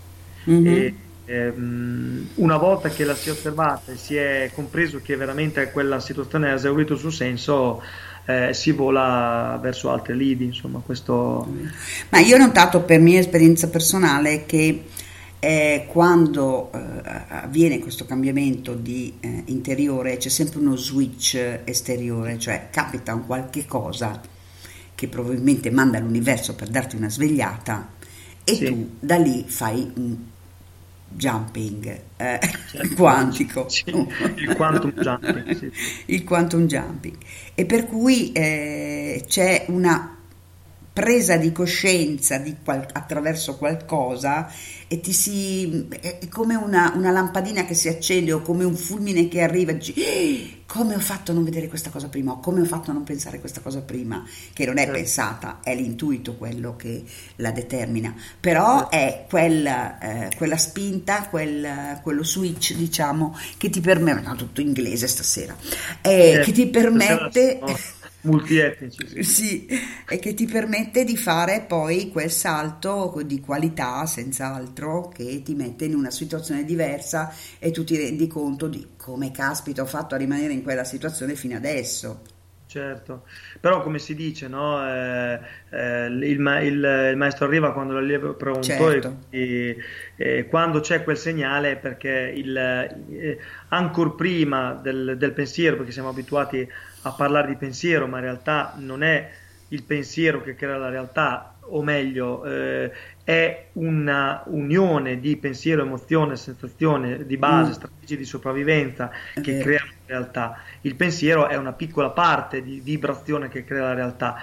Una volta che la si è osservata e si è compreso che veramente quella situazione ha esaurito il suo senso, si vola verso altre lidi, insomma, questo. Ma io ho notato per mia esperienza personale che quando avviene questo cambiamento di interiore c'è sempre uno switch esteriore, cioè capita un qualche cosa che probabilmente manda l'universo per darti una svegliata e tu da lì fai un jumping quantico, il quantum jumping, il quantum jumping, e per cui c'è una presa di coscienza attraverso qualcosa e è come una lampadina che si accende o come un fulmine che arriva e dici come ho fatto a non vedere questa cosa prima, o come ho fatto a non pensare questa cosa prima, che non è pensata, è l'intuito quello che la determina, però è quella spinta, quello switch, diciamo, che ti permette, tutto inglese stasera, che ti permette multietnici, sì, e che ti permette di fare poi quel salto di qualità, senz'altro, che ti mette in una situazione diversa e tu ti rendi conto di come caspita ho fatto a rimanere in quella situazione fino adesso. Certo, però come si dice, no? Il maestro arriva quando l'allievo è pronto, certo. e quando c'è quel segnale, perché ancor prima del pensiero, perché siamo abituati a parlare di pensiero, ma in realtà non è il pensiero che crea la realtà, o meglio, è una unione di pensiero, emozione, sensazione di base, strategie di sopravvivenza che creano la realtà. Il pensiero è una piccola parte di vibrazione che crea la realtà,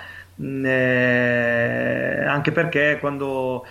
anche perché quando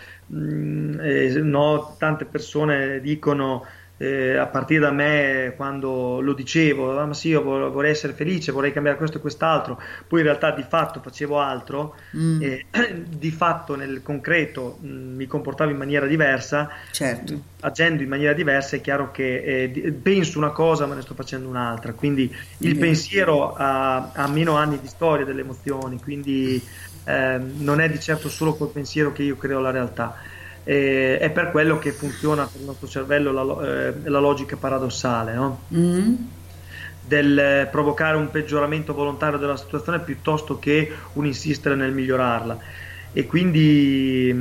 tante persone dicono, a partire da me, quando lo dicevo, ma sì, io vorrei essere felice, vorrei cambiare questo e quest'altro, poi in realtà di fatto facevo altro, e di fatto nel concreto mi comportavo in maniera diversa, certo. Agendo in maniera diversa è chiaro che penso una cosa ma ne sto facendo un'altra, quindi il pensiero ha meno anni di storia delle emozioni, quindi non è di certo solo col pensiero che io creo la realtà. È per quello che funziona per il nostro cervello la logica paradossale, no? Del provocare un peggioramento volontario della situazione piuttosto che un insistere nel migliorarla. E quindi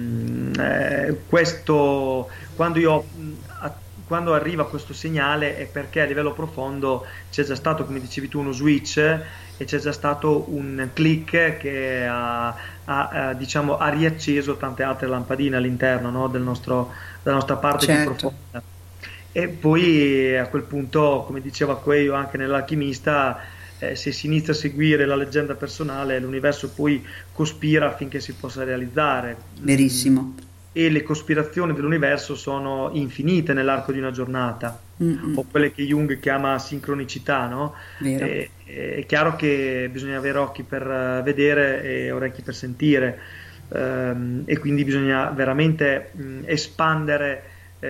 questo, quando arriva questo segnale, è perché a livello profondo c'è già stato, come dicevi tu, uno switch, e c'è già stato un click che ha riacceso tante altre lampadine all'interno, no, della nostra parte più profonda. E poi a quel punto, come diceva Coelho anche nell'Alchimista, se si inizia a seguire la leggenda personale, l'universo poi cospira affinché si possa realizzare. Verissimo. E le cospirazioni dell'universo sono infinite nell'arco di una giornata, o quelle che Jung chiama sincronicità, no? È chiaro che bisogna avere occhi per vedere e orecchi per sentire, e quindi bisogna veramente espandere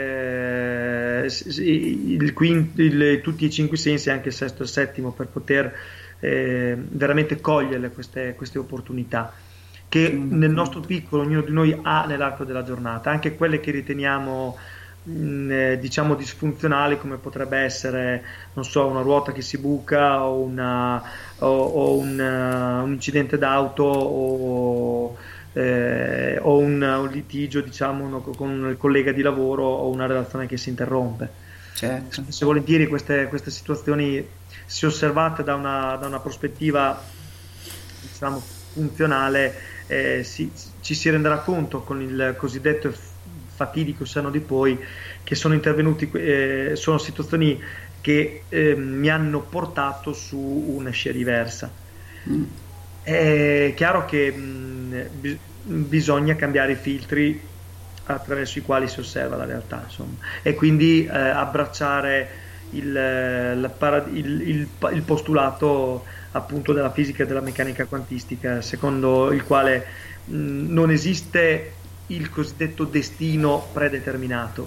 tutti i cinque sensi, anche il sesto e il settimo, per poter veramente cogliere queste opportunità che nel nostro piccolo ognuno di noi ha nell'arco della giornata, anche quelle che riteniamo diciamo disfunzionali, come potrebbe essere, non so, una ruota che si buca, o un incidente d'auto, o un litigio, diciamo, con il collega di lavoro, o una relazione che si interrompe. Certo. Se volentieri queste situazioni, se osservate da una prospettiva, diciamo, funzionale, ci si renderà conto con il cosiddetto fatidico senno di poi che sono intervenuti, sono situazioni che mi hanno portato su una scia diversa. È chiaro che bisogna cambiare i filtri attraverso i quali si osserva la realtà, insomma. E quindi abbracciare il postulato appunto della fisica e della meccanica quantistica, secondo il quale non esiste il cosiddetto destino predeterminato.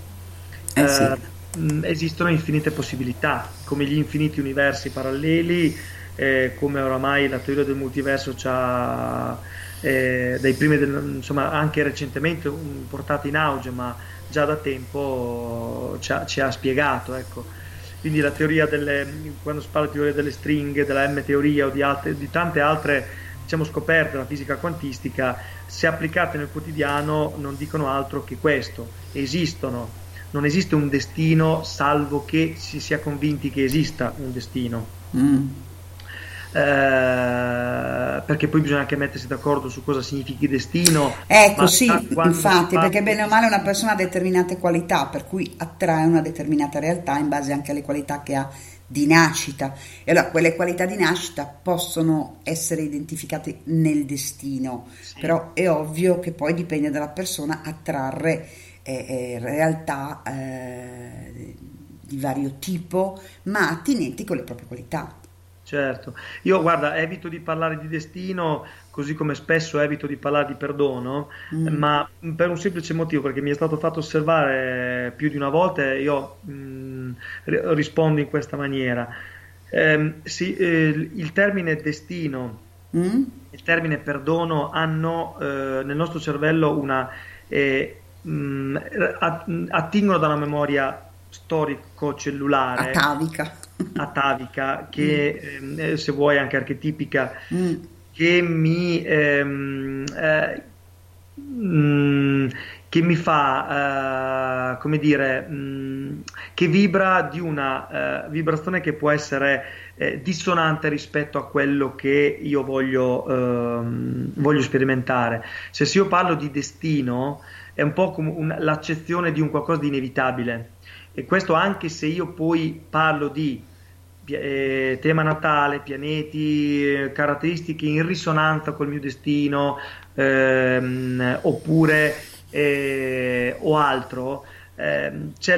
Esistono infinite possibilità, come gli infiniti universi paralleli, come oramai la teoria del multiverso c'ha dai primi insomma, anche recentemente portata in auge, ma già da tempo ci ha spiegato, ecco. Quindi la teoria quando si parla di teoria delle stringhe, della M-teoria o di tante altre, diciamo, scoperte della fisica quantistica, se applicate nel quotidiano non dicono altro che questo: esistono, non esiste un destino salvo che si sia convinti che esista un destino. Perché poi bisogna anche mettersi d'accordo su cosa significhi destino. Sì, infatti, perché bene o male una persona ha determinate qualità, per cui attrae una determinata realtà in base anche alle qualità che ha di nascita, e allora quelle qualità di nascita possono essere identificate nel destino, sì. Però è ovvio che poi dipende dalla persona attrarre realtà di vario tipo, ma attinenti con le proprie qualità. Certo, io guarda, evito di parlare di destino, così come spesso evito di parlare di perdono, ma per un semplice motivo, perché mi è stato fatto osservare più di una volta, e io rispondo in questa maniera. Il termine destino, il termine perdono hanno nel nostro cervello attingono da una memoria storico-cellulare atavica che se vuoi anche archetipica, che mi fa come dire, che vibra di una vibrazione che può essere dissonante rispetto a quello che io voglio sperimentare. Se io parlo di destino è un po' come l'accezione di un qualcosa di inevitabile. E questo anche se io poi parlo di tema natale, pianeti, caratteristiche in risonanza col mio destino, oppure o altro, c'è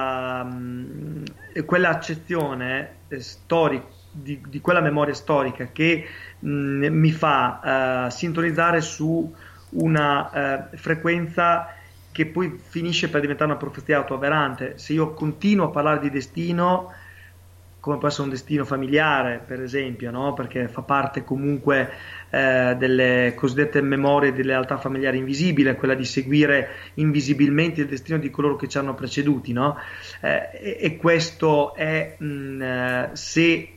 quella accezione storica di quella memoria storica che mi fa sintonizzare su una frequenza che poi finisce per diventare una profezia autoavverante. Se io continuo a parlare di destino, come può essere un destino familiare, per esempio, no? Perché fa parte comunque delle cosiddette memorie delle realtà familiari invisibili, quella di seguire invisibilmente il destino di coloro che ci hanno preceduti, no? E questo è se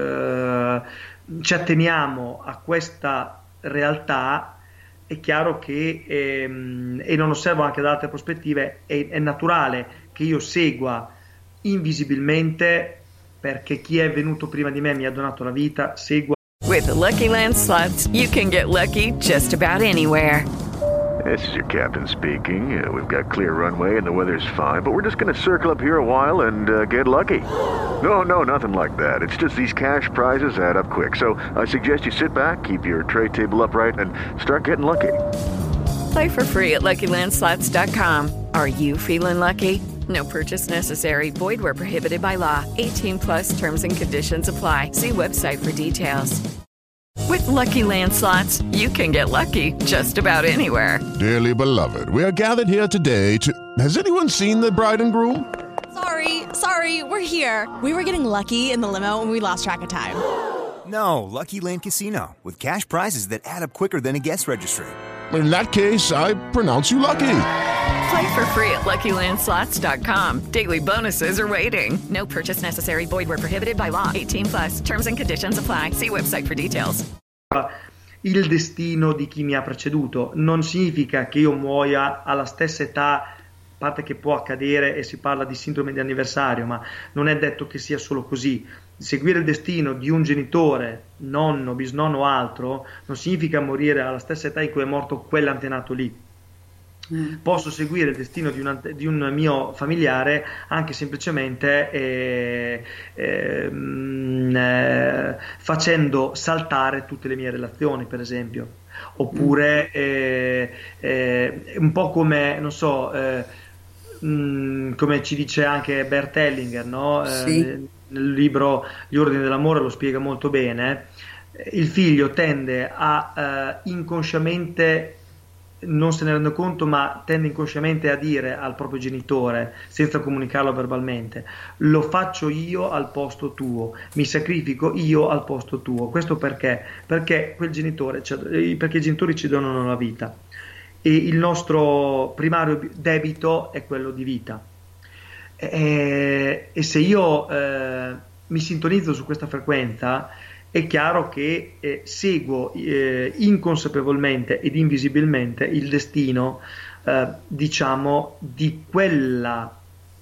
ci atteniamo a questa realtà, è chiaro che, e non osservo anche da altre prospettive, è naturale che io segua invisibilmente, perché chi è venuto prima di me mi ha donato la vita, segua. With the Lucky Land Slots, you can get lucky just about anywhere. This is your captain speaking. We've got clear runway and the weather's fine, but we're just going to circle up here a while and get lucky. No, nothing like that. It's just these cash prizes add up quick. So I suggest you sit back, keep your tray table upright, and start getting lucky. Play for free at LuckyLandSlots.com. Are you feeling lucky? No purchase necessary. Void where prohibited by law. 18+ terms and conditions apply. See website for details. With Lucky Land Slots, you can get lucky just about anywhere. Dearly beloved, we are gathered here today to... Has anyone seen the bride and groom? Sorry, we're here. We were getting lucky in the limo and we lost track of time. No, Lucky Land Casino, with cash prizes that add up quicker than a guest registry. In that case, I pronounce you lucky. Play for free at LuckyLandSlots.com. Daily bonuses are waiting. No purchase necessary. Void where prohibited by law. 18+. Terms and conditions apply. See website for details. Il destino di chi mi ha preceduto non significa che io muoia alla stessa età, a parte che può accadere e si parla di sindrome di anniversario, ma non è detto che sia solo così. Seguire il destino di un genitore, nonno, bisnonno o altro, non significa morire alla stessa età in cui è morto quell'antenato lì. Posso seguire il destino di un mio familiare anche semplicemente facendo saltare tutte le mie relazioni, per esempio. Oppure un po' come, non so, come ci dice anche Bert Hellinger, no? Nel libro Gli ordini dell'amore lo spiega molto bene. Il figlio tende a inconsciamente, non se ne rende conto, ma tende inconsciamente a dire al proprio genitore, senza comunicarlo verbalmente: lo faccio io al posto tuo, mi sacrifico io al posto tuo. Questo perché? Perché perché i genitori ci donano la vita e il nostro primario debito è quello di vita. E se io mi sintonizzo su questa frequenza, è chiaro che seguo inconsapevolmente ed invisibilmente il destino, diciamo, di quella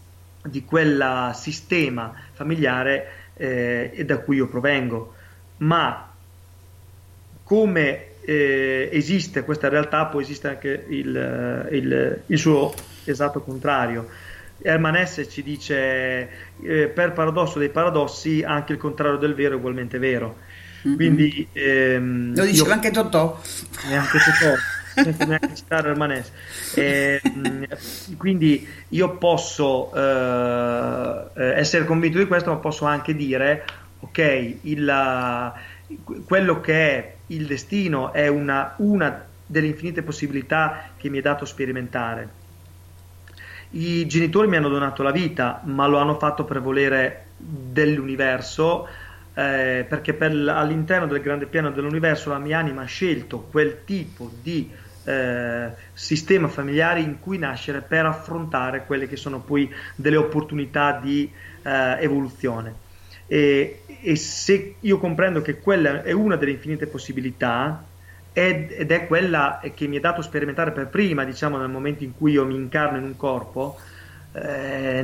sistema familiare da cui io provengo. Ma come esiste questa realtà, poi esiste anche il suo esatto contrario. Hermann Hesse ci dice per paradosso dei paradossi anche il contrario del vero è ugualmente vero. Quindi lo diceva anche Totò, neanche Totò, senza neanche citare Hermann Hesse. Quindi io posso essere convinto di questo, ma posso anche dire ok, quello che è il destino è una delle infinite possibilità che mi è dato sperimentare. I genitori mi hanno donato la vita, ma lo hanno fatto per volere dell'universo, perché all'interno del grande piano dell'universo la mia anima ha scelto quel tipo di sistema familiare in cui nascere per affrontare quelle che sono poi delle opportunità di evoluzione. E se io comprendo che quella è una delle infinite possibilità, ed è quella che mi è dato sperimentare per prima, diciamo, nel momento in cui io mi incarno in un corpo, è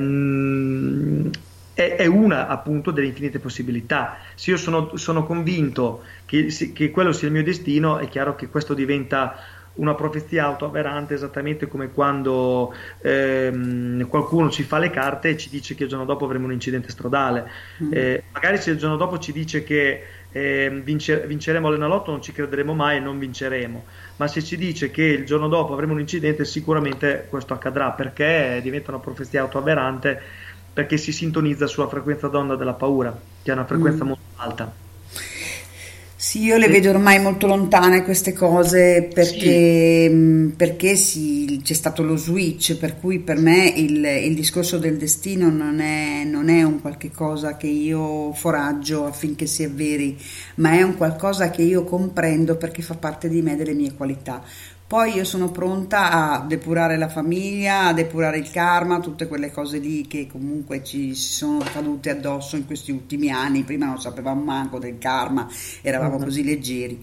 una appunto delle infinite possibilità. Se io sono convinto che quello sia il mio destino, è chiaro che questo diventa una profezia autoavverante, esattamente come quando qualcuno ci fa le carte e ci dice che il giorno dopo avremo un incidente stradale. Magari se il giorno dopo ci dice che vinceremo all'Enalotto, non ci crederemo mai e non vinceremo, ma se ci dice che il giorno dopo avremo un incidente, sicuramente questo accadrà, perché diventa una profezia autoavverante, perché si sintonizza sulla frequenza d'onda della paura, che è una frequenza molto alta. Sì, io le vedo ormai molto lontane queste cose, perché c'è stato lo switch, per cui per me il discorso del destino non è un qualche cosa che io foraggio affinché si avveri, ma è un qualcosa che io comprendo perché fa parte di me, delle mie qualità. Poi io sono pronta a depurare la famiglia, a depurare il karma, tutte quelle cose lì che comunque ci sono cadute addosso in questi ultimi anni. Prima non sapevamo manco del karma, eravamo così leggeri.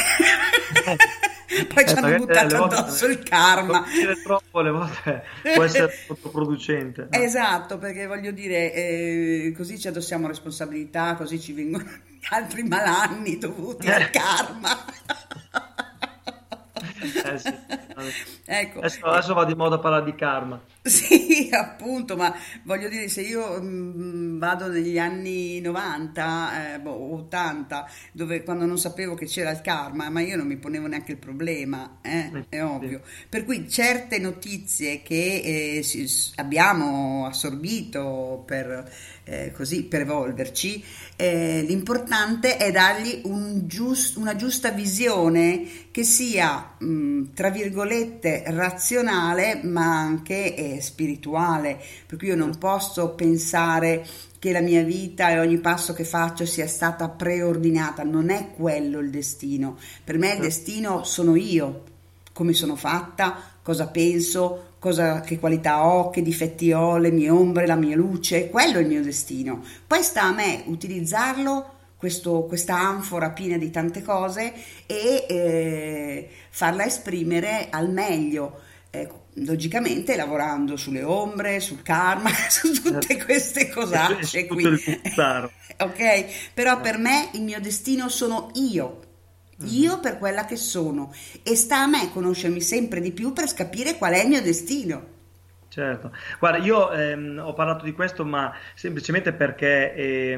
Poi ci hanno buttato addosso il karma. Troppo alle volte può essere controproducente. No? Esatto, perché voglio dire, così ci addossiamo responsabilità, così ci vengono altri malanni dovuti al karma. Sì. Ecco. Adesso va di moda parlare di karma. Sì, appunto, ma voglio dire, se io vado negli anni 90, 80, dove quando non sapevo che c'era il karma, ma io non mi ponevo neanche il problema, è ovvio. Per cui certe notizie che abbiamo assorbito per evolverci, l'importante è dargli una giusta visione che sia, tra virgolette, razionale, ma anche spirituale, per cui io non posso pensare che la mia vita e ogni passo che faccio sia stata preordinata. Non è quello il destino. Per me il destino sono io, come sono fatta, cosa penso, che qualità ho, che difetti ho, le mie ombre, la mia luce. Quello è il mio destino. Poi sta a me utilizzarlo, questa anfora piena di tante cose, e farla esprimere al meglio, logicamente lavorando sulle ombre, sul karma, su tutte queste cosacce qui. Ok, però per me il mio destino sono io. io per quella che sono, e sta a me conoscermi sempre di più per capire qual è il mio destino. Certo, guarda, io ho parlato di questo, ma semplicemente perché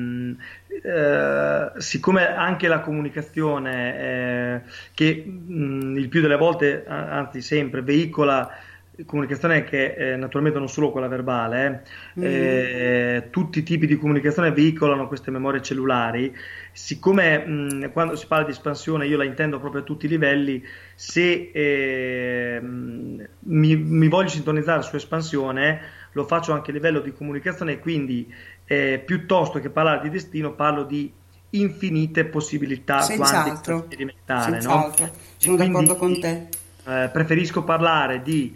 siccome anche la comunicazione, che il più delle volte, anzi sempre, veicola comunicazione che naturalmente non solo quella verbale, tutti i tipi di comunicazione veicolano queste memorie cellulari. Siccome quando si parla di espansione io la intendo proprio a tutti i livelli, se mi voglio sintonizzare su espansione lo faccio anche a livello di comunicazione, quindi piuttosto che parlare di destino parlo di infinite possibilità quantiche sperimentare, no? Sono d'accordo con te. Preferisco parlare di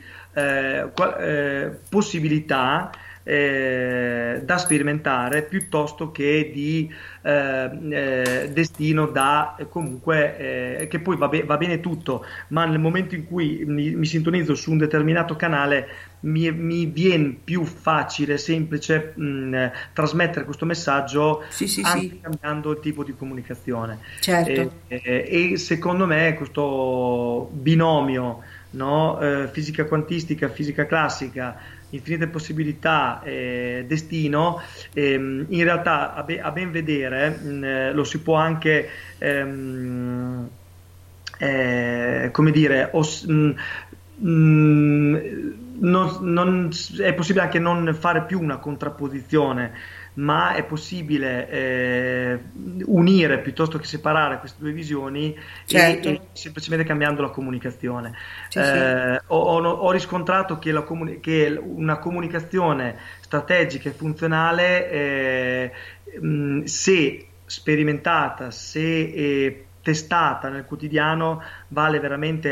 possibilità da sperimentare piuttosto che di destino da comunque che poi va bene tutto, ma nel momento in cui mi sintonizzo su un determinato canale mi viene più facile, semplice trasmettere questo messaggio anche cambiando il tipo di comunicazione. Certo. E secondo me questo binomio, no? Fisica quantistica, fisica classica, infinite possibilità, destino, in realtà a ben vedere lo si può anche come dire non è possibile anche non fare più una contrapposizione, ma è possibile unire piuttosto che separare queste due visioni, e semplicemente cambiando la comunicazione. Ho riscontrato che una comunicazione strategica e funzionale, se sperimentata, se testata nel quotidiano, vale veramente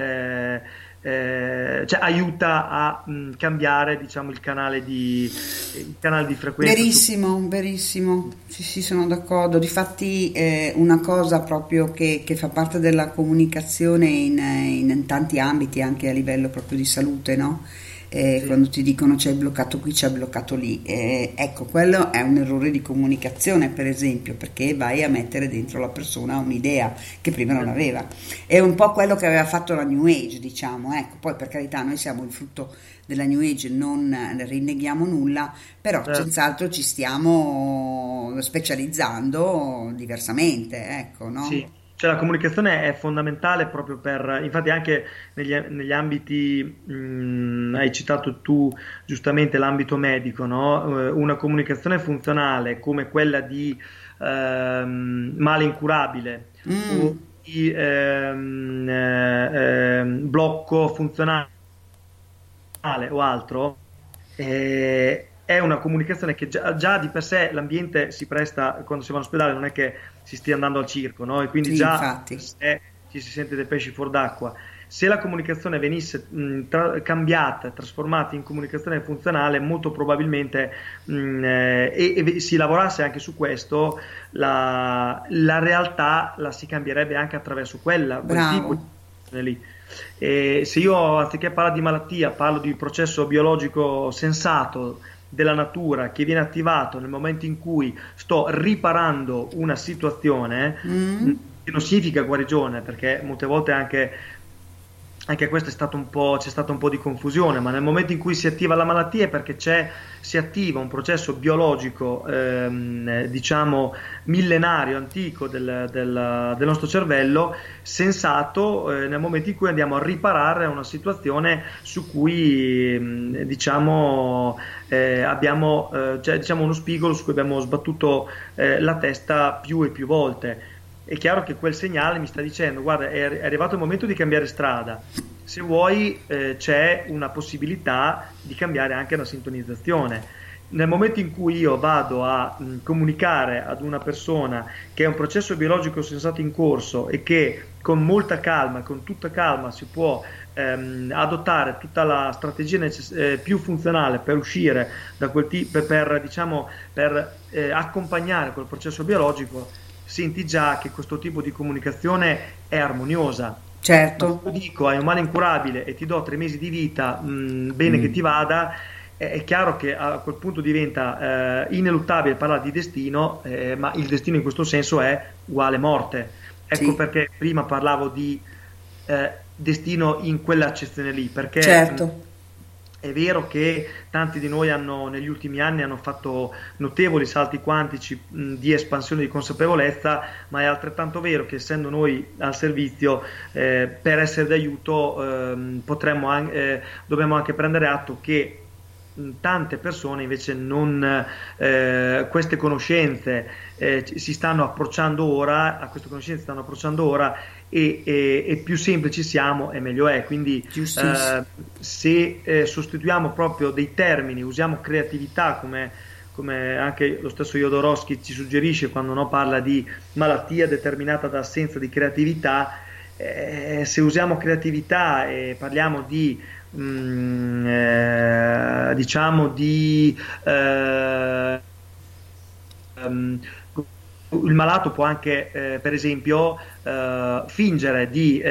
cioè aiuta a cambiare, diciamo, il canale di frequenza. Verissimo, sì, sono d'accordo. Difatti una cosa proprio che fa parte della comunicazione in tanti ambiti, anche a livello proprio di salute, no? Quando ti dicono c'è bloccato qui, c'è bloccato lì, ecco, quello è un errore di comunicazione, per esempio, perché vai a mettere dentro la persona un'idea che prima non aveva. È un po' quello che aveva fatto la New Age, diciamo, ecco. Poi per carità noi siamo il frutto della New Age, non rinneghiamo nulla, però senz'altro ci stiamo specializzando diversamente, ecco, no? Sì. Cioè la comunicazione è fondamentale proprio per, infatti anche negli ambiti, hai citato tu giustamente l'ambito medico, no? Una comunicazione funzionale come quella di male incurabile o di blocco funzionale o altro, è una comunicazione che già di per sé l'ambiente si presta, quando si va all'ospedale non è che si stia andando al circo, no? E quindi ci si sente dei pesci fuor d'acqua. Se la comunicazione venisse cambiata, trasformata in comunicazione funzionale, molto probabilmente e si lavorasse anche su questo, la realtà la si cambierebbe anche attraverso quel tipo di comunicazione lì. E se io anziché parlare di malattia parlo di processo biologico sensato della natura che viene attivato nel momento in cui sto riparando una situazione, che non significa guarigione, perché molte volte anche questo c'è stato un po' di confusione, ma nel momento in cui si attiva la malattia è perché si attiva un processo biologico diciamo millenario, antico del nostro cervello, sensato nel momento in cui andiamo a riparare una situazione su cui diciamo abbiamo diciamo uno spigolo su cui abbiamo sbattuto la testa più e più volte. È chiaro che quel segnale mi sta dicendo: guarda, è arrivato il momento di cambiare strada, se vuoi c'è una possibilità di cambiare anche la sintonizzazione. Nel momento in cui io vado a comunicare ad una persona che è un processo biologico sensato in corso e che con molta calma, con tutta calma si può adottare tutta la strategia più funzionale per uscire da quel tipo, per accompagnare quel processo biologico, senti già che questo tipo di comunicazione è armoniosa. Certo. Ma se dico hai un male incurabile e ti do 3 mesi di vita, bene che ti vada, è chiaro che a quel punto diventa ineluttabile parlare di destino, ma il destino in questo senso è uguale morte. Ecco perché prima parlavo di destino in quell'accezione lì, perché certo. È vero che tanti di noi negli ultimi anni hanno fatto notevoli salti quantici di espansione di consapevolezza, ma è altrettanto vero che essendo noi al servizio, per essere d'aiuto, dobbiamo anche prendere atto che tante persone invece queste conoscenze si stanno approcciando ora, a queste conoscenze stanno approcciando ora, e più semplici siamo e meglio è. Quindi se sostituiamo proprio dei termini, usiamo creatività come anche lo stesso Jodorowsky ci suggerisce quando parla di malattia determinata da assenza di creatività, se usiamo creatività e parliamo di il malato può anche per esempio fingere di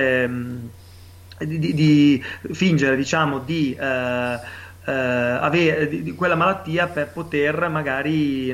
avere di quella malattia per poter magari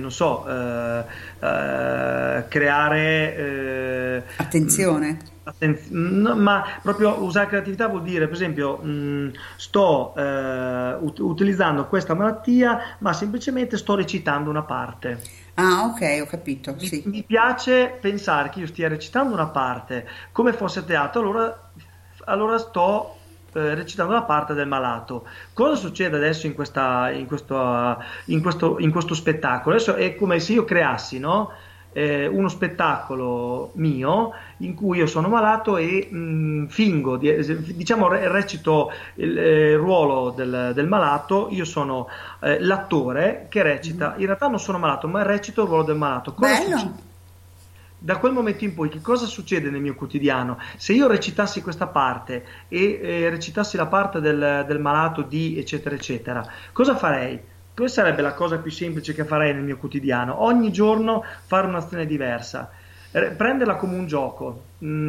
creare attenzione. No, ma proprio usare creatività vuol dire, per esempio, sto utilizzando questa malattia, ma semplicemente sto recitando una parte. Ah, ok, ho capito. Sì. Mi piace pensare che io stia recitando una parte come fosse teatro, allora sto recitando la parte del malato. Cosa succede adesso in questo spettacolo? Adesso è come se io creassi, uno spettacolo mio in cui io sono malato e fingo, recito il ruolo del malato. Io sono l'attore che recita, in realtà non sono malato, ma recito il ruolo del malato. Da quel momento in poi che cosa succede nel mio quotidiano? Se io recitassi questa parte e recitassi la parte del malato di eccetera eccetera, cosa farei? Questa sarebbe la cosa più semplice che farei nel mio quotidiano. Ogni giorno fare un'azione diversa, prenderla come un gioco,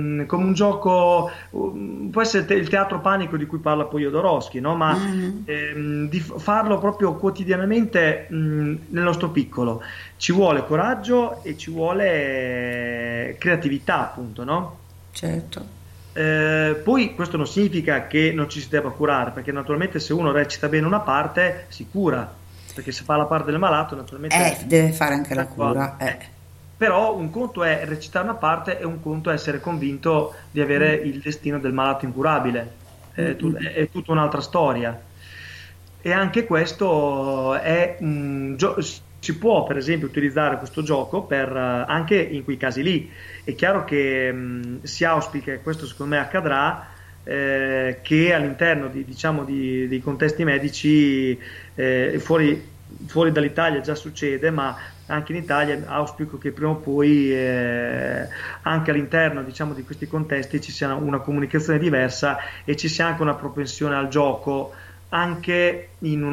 può essere il teatro panico di cui parla poi Jodorowsky, ma di farlo proprio quotidianamente nel nostro piccolo. Ci vuole coraggio e ci vuole creatività, appunto, no? Certo. Poi questo non significa che non ci si debba curare, perché naturalmente se uno recita bene una parte si cura, perché se fa la parte del malato naturalmente deve fare anche la cura. Però un conto è recitare una parte e un conto è essere convinto di avere il destino del malato incurabile. È tutta un'altra storia, e anche questo è si può per esempio utilizzare questo gioco per anche in quei casi lì. È chiaro che si auspica, e questo secondo me accadrà, che all'interno dei contesti medici, fuori dall'Italia già succede, ma anche in Italia auspico che prima o poi anche all'interno di questi contesti ci sia una comunicazione diversa e ci sia anche una propensione al gioco, anche in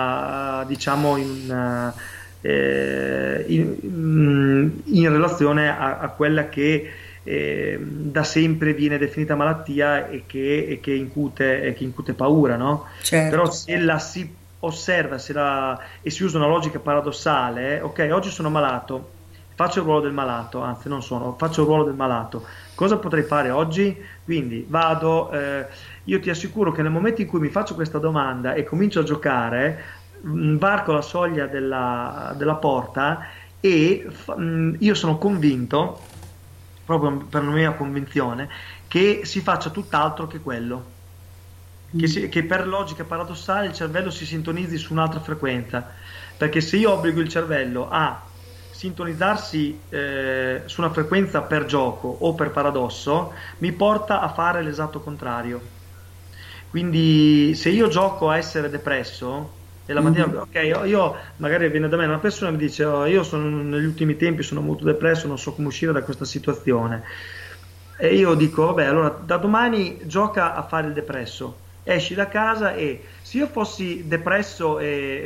relazione a quella che da sempre viene definita malattia e che incute paura, no? Certo. Però se la si osserva e si usa una logica paradossale, ok, oggi sono malato, faccio il ruolo del malato, faccio il ruolo del malato, cosa potrei fare oggi? Quindi io ti assicuro che nel momento in cui mi faccio questa domanda e comincio a giocare, varco la soglia della porta e io sono convinto, proprio per la mia convinzione, che si faccia tutt'altro che quello. Che per logica paradossale il cervello si sintonizzi su un'altra frequenza, perché se io obbligo il cervello a sintonizzarsi su una frequenza per gioco o per paradosso, mi porta a fare l'esatto contrario. Quindi se io gioco a essere depresso e la mattina io magari viene da me una persona e mi dice io negli ultimi tempi sono molto depresso, non so come uscire da questa situazione, e io dico vabbè, allora da domani gioca a fare il depresso. Esci da casa e se io fossi depresso e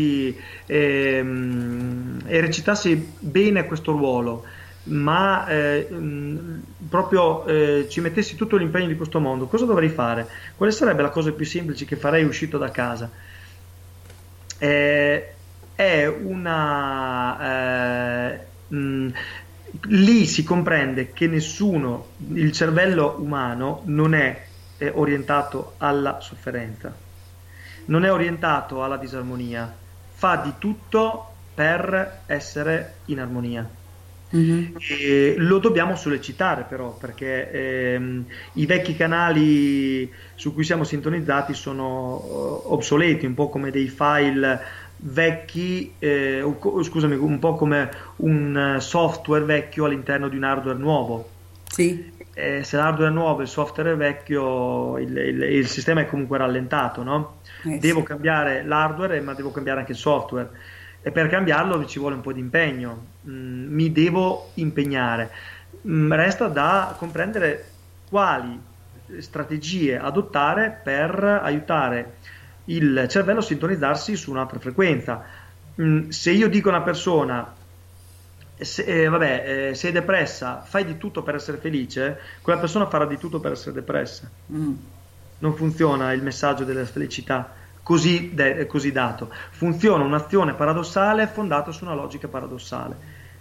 recitassi bene questo ruolo, ma proprio ci mettessi tutto l'impegno di questo mondo, cosa dovrei fare? Quale sarebbe la cosa più semplice che farei uscito da casa? lì si comprende che il cervello umano non è orientato alla sofferenza, non è orientato alla disarmonia, fa di tutto per essere in armonia. E lo dobbiamo sollecitare però, perché i vecchi canali su cui siamo sintonizzati sono obsoleti, un po' come dei file vecchi, scusami, un po' come un software vecchio all'interno di un hardware nuovo. Sì. Se l'hardware è nuovo e il software è vecchio, il sistema è comunque rallentato, no? Devo cambiare l'hardware, ma devo cambiare anche il software, e per cambiarlo ci vuole un po' di impegno, mi devo impegnare. Resta da comprendere quali strategie adottare per aiutare il cervello a sintonizzarsi su un'altra frequenza. Se io dico a una persona sei depressa, fai di tutto per essere felice, quella persona farà di tutto per essere depressa. Non funziona il messaggio della felicità così dato. Funziona un'azione paradossale fondata su una logica paradossale,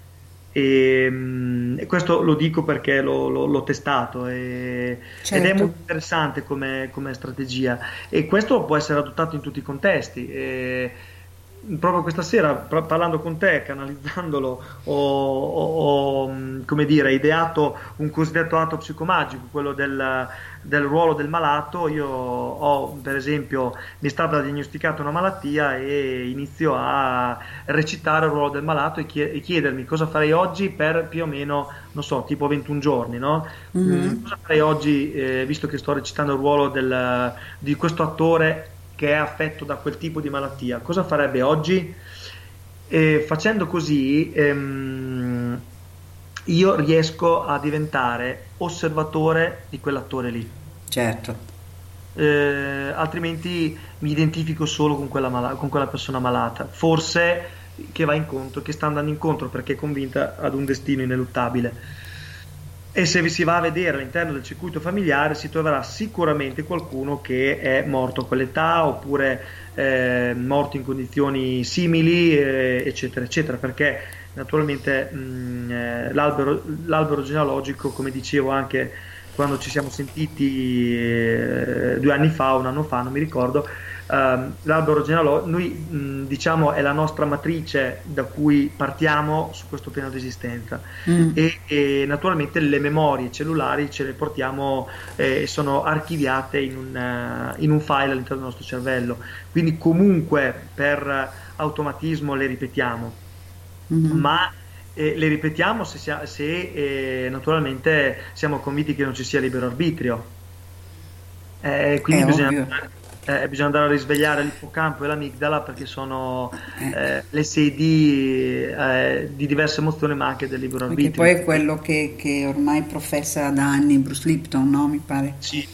e questo lo dico perché l'ho testato, ed è molto interessante come strategia, e questo può essere adottato in tutti i contesti. Proprio questa sera, parlando con te, canalizzandolo, ho come dire, ideato un cosiddetto atto psicomagico, quello del ruolo del malato. Io per esempio, mi è stata diagnosticata una malattia e inizio a recitare il ruolo del malato e chiedermi cosa farei oggi per più o meno, non so, tipo 21 giorni, no? Cosa farei oggi, visto che sto recitando il ruolo di questo attore che è affetto da quel tipo di malattia, cosa farebbe oggi? Facendo così io riesco a diventare osservatore di quell'attore lì. Certo. Altrimenti mi identifico solo con quella persona malata, forse che sta andando incontro perché è convinta ad un destino ineluttabile. E se si va a vedere all'interno del circuito familiare si troverà sicuramente qualcuno che è morto a quell'età, oppure morto in condizioni simili, eccetera eccetera, perché naturalmente l'albero genealogico, come dicevo anche quando ci siamo sentiti 2 anni fa, un anno fa, non mi ricordo, l'albero genealogico, noi diciamo è la nostra matrice da cui partiamo su questo piano di esistenza, e naturalmente le memorie cellulari ce le portiamo, sono archiviate in un file all'interno del nostro cervello, quindi comunque per automatismo le ripetiamo, ma le ripetiamo se naturalmente siamo convinti che non ci sia libero arbitrio, quindi bisogna andare a risvegliare l'ippocampo e l'amigdala, perché sono le sedi di diverse emozioni, ma anche del libero arbitrio. Perché poi è quello che ormai professa da anni Bruce Lipton, no? Mi pare. Sì,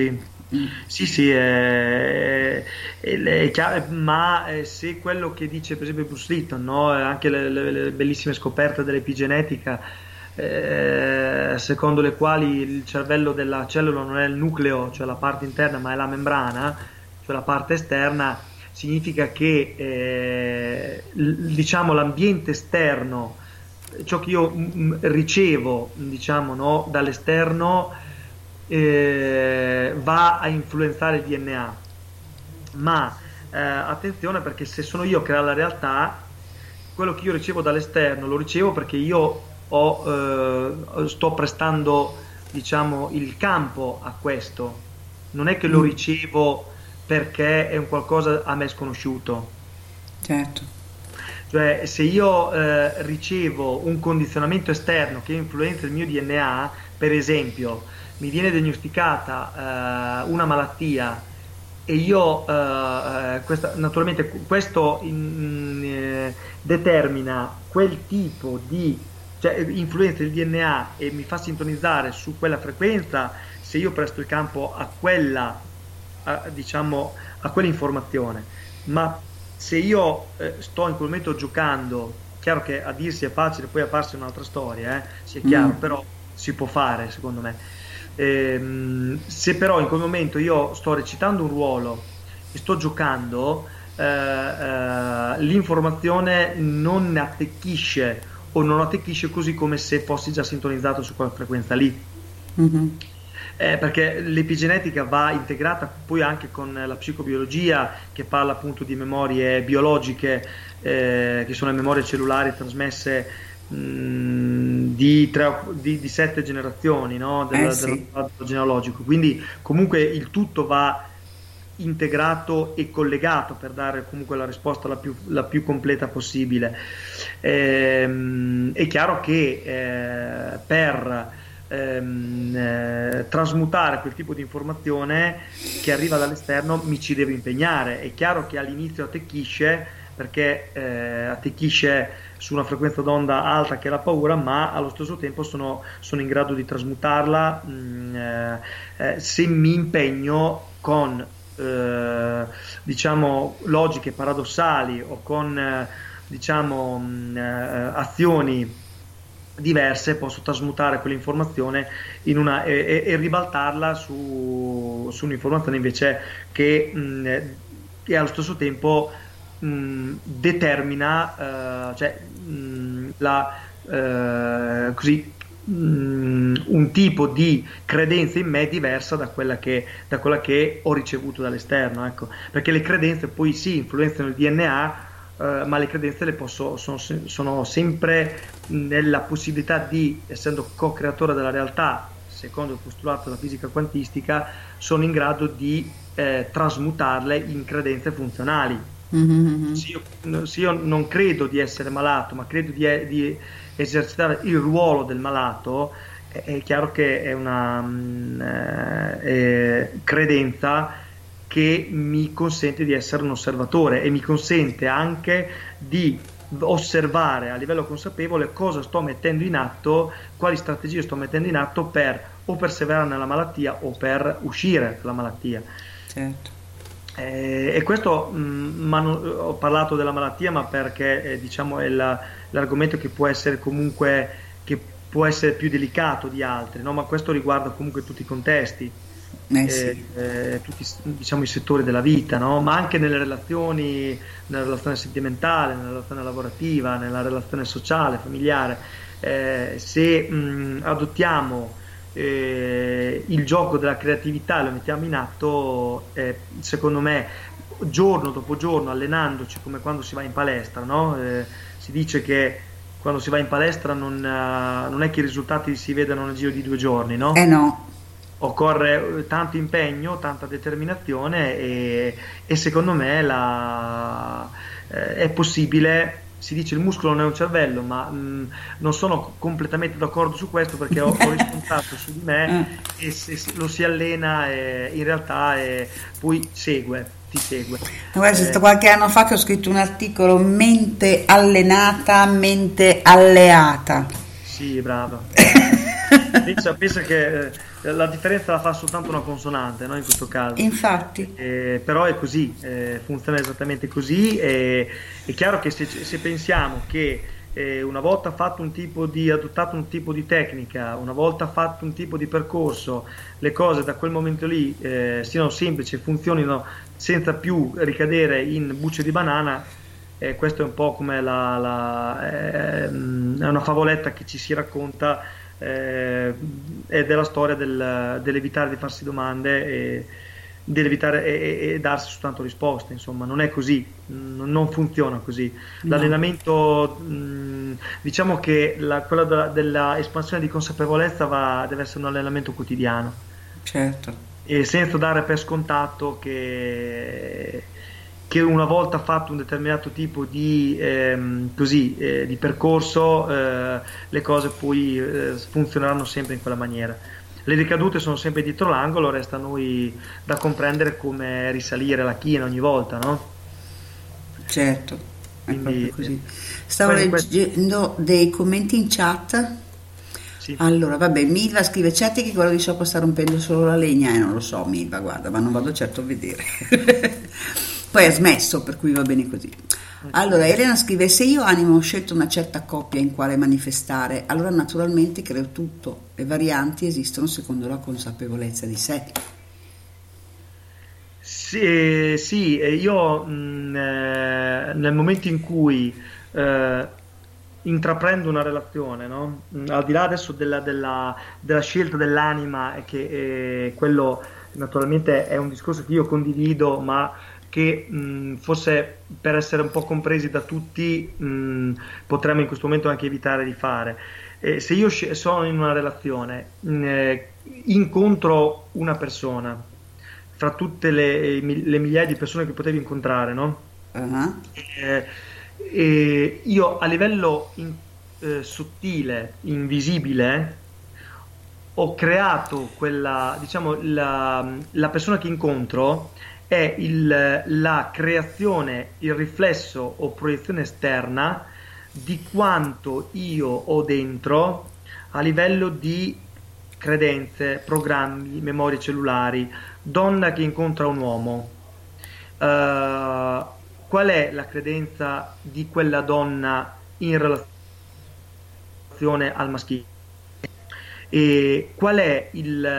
è chiaro, ma se quello che dice per esempio Bruce Lipton, no? Anche le bellissime scoperte dell'epigenetica, secondo le quali il cervello della cellula non è il nucleo, cioè la parte interna, ma è la membrana, cioè la parte esterna, significa che diciamo l'ambiente esterno, ciò che io ricevo, diciamo, no, dall'esterno, va a influenzare il DNA, ma attenzione, perché se sono io a creare la realtà, quello che io ricevo dall'esterno lo ricevo perché io sto prestando, diciamo, il campo a questo, non è che lo ricevo perché è un qualcosa a me sconosciuto. Certo. Cioè, se io ricevo un condizionamento esterno che influenza il mio DNA, per esempio mi viene diagnosticata una malattia e io naturalmente questo determina quel tipo di, cioè influenza il DNA e mi fa sintonizzare su quella frequenza, se io presto il campo a quella, diciamo, a quell'informazione. Ma se io sto in quel momento giocando, chiaro che a dirsi è facile, poi a farsi un'altra storia, sia chiaro, però si può fare, secondo me. Se però in quel momento io sto recitando un ruolo e sto giocando, l'informazione non attecchisce o non attecchisce così come se fossi già sintonizzato su quella frequenza lì. Perché l'epigenetica va integrata poi anche con la psicobiologia, che parla appunto di memorie biologiche, che sono le memorie cellulari trasmesse di 7 generazioni, no? Dell'arbo genealogico. Quindi comunque il tutto va integrato e collegato per dare comunque la risposta la più completa possibile. È chiaro che per trasmutare quel tipo di informazione che arriva dall'esterno mi ci devo impegnare. È chiaro che all'inizio attecchisce, perché attecchisce su una frequenza d'onda alta che è la paura, ma allo stesso tempo sono in grado di trasmutarla se mi impegno con diciamo logiche paradossali o con azioni diverse. Posso trasmutare quell'informazione e ribaltarla su un'informazione invece che allo stesso tempo determina un tipo di credenza in me diversa da quella che ho ricevuto dall'esterno, ecco. Perché le credenze poi sì influenzano il DNA, ma le credenze sono sempre nella possibilità di, essendo co-creatore della realtà, secondo il postulato della fisica quantistica, sono in grado di trasmutarle in credenze funzionali. Se io non credo di essere malato, ma credo di esercitare il ruolo del malato, è chiaro che è una credenza che mi consente di essere un osservatore e mi consente anche di osservare a livello consapevole cosa sto mettendo in atto, quali strategie sto mettendo in atto per o perseverare nella malattia o per uscire dalla malattia. Certo. E questo ho parlato della malattia, ma perché diciamo è l'argomento che può essere comunque più delicato di altri, no? Ma questo riguarda comunque tutti i contesti. Tutti diciamo i settori della vita, no? Ma anche nella relazione sentimentale, nella relazione lavorativa, nella relazione sociale, familiare. Se adottiamo il gioco della creatività e lo mettiamo in atto, secondo me giorno dopo giorno, allenandoci come quando si va in palestra, no? Si dice che quando si va in palestra non è che i risultati si vedano nel giro di 2 giorni, no? No. Occorre tanto impegno, tanta determinazione e secondo me è possibile. Si dice il muscolo non è un cervello, ma non sono completamente d'accordo su questo, perché ho riscontrato su di me e se lo si allena in realtà poi ti segue. Guarda, è stato qualche anno fa che ho scritto un articolo: mente allenata, mente alleata. Sì, brava. Pensa che la differenza la fa soltanto una consonante, no? In questo caso. Infatti. Però è così, funziona esattamente così. È chiaro che se pensiamo che una volta adottato un tipo di tecnica, una volta fatto un tipo di percorso, le cose da quel momento lì siano semplici e funzionino senza più ricadere in bucce di banana, questo è un po' come è una favoletta che ci si racconta. È della storia dell'evitare di farsi domande e dell'evitare e darsi soltanto risposte. Insomma, non è così, non funziona così. L'allenamento, diciamo che quella della espansione di consapevolezza deve essere un allenamento quotidiano. Certo. E senza dare per scontato che una volta fatto un determinato tipo di percorso, le cose poi funzioneranno sempre in quella maniera. Le ricadute sono sempre dietro l'angolo, resta a noi da comprendere come risalire la china ogni volta, no? Certo, è proprio così. Stavo leggendo dei commenti in chat. Sì. Allora, vabbè, Milva scrive: certi che quello di sopra sta rompendo solo la legna, non lo so Milva, guarda, ma non vado certo a vedere. Poi ha smesso, per cui va bene così. Allora, Elena scrive: se io animo ho scelto una certa coppia in quale manifestare, allora naturalmente creo tutto. Le varianti esistono secondo la consapevolezza di sé. Sì, io nel momento in cui intraprendo una relazione, no? Al di là adesso della scelta dell'anima, che quello naturalmente è un discorso che io condivido, ma che forse per essere un po' compresi da tutti potremmo in questo momento anche evitare di fare. Se io sono in una relazione, incontro una persona fra tutte le migliaia di persone che potevi incontrare, no? E io a livello sottile, invisibile, ho creato quella, diciamo, la persona che incontro è la creazione, il riflesso o proiezione esterna di quanto io ho dentro a livello di credenze, programmi, memorie cellulari. Donna che incontra un uomo, qual è la credenza di quella donna in relazione al maschile? E qual è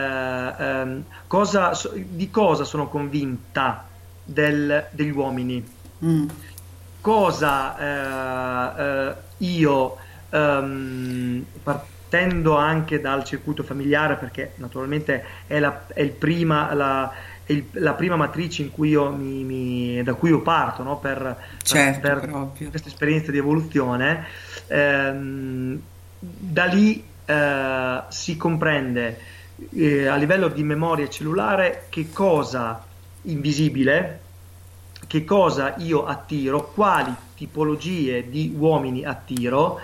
di cosa sono convinta degli uomini? Cosa io, partendo anche dal circuito familiare, perché naturalmente è la prima matrice in cui da cui io parto, no? per questa esperienza di evoluzione, da lì si comprende a livello di memoria cellulare che cosa invisibile, che cosa io attiro, quali tipologie di uomini attiro,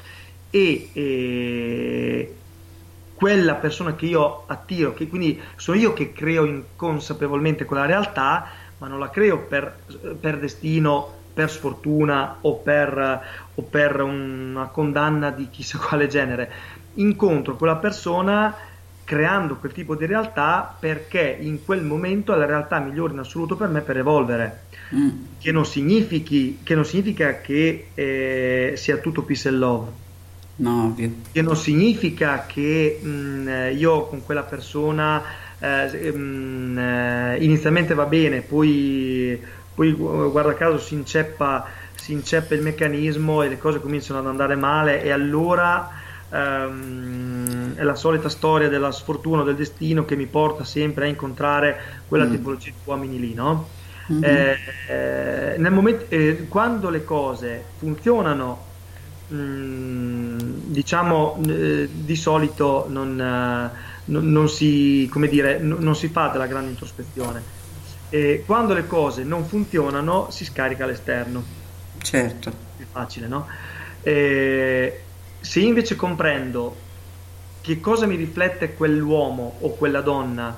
e quella persona che io attiro, che quindi sono io che creo inconsapevolmente quella realtà, ma non la creo per destino, per sfortuna o per una condanna di chissà quale genere. Incontro quella persona creando quel tipo di realtà perché in quel momento è la realtà migliore in assoluto per me per evolvere. Che non significa che sia tutto peace and love. No, ovvio. Che non significa che io con quella persona inizialmente va bene, poi guarda caso si inceppa il meccanismo e le cose cominciano ad andare male, e allora è la solita storia della sfortuna, del destino che mi porta sempre a incontrare quella tipologia di uomini lì, no? Nel momento, quando le cose funzionano, diciamo, di solito non si, come dire, non si fa della grande introspezione, e quando le cose non funzionano si scarica all'esterno. Certo. È facile, no? Se invece comprendo che cosa mi riflette quell'uomo o quella donna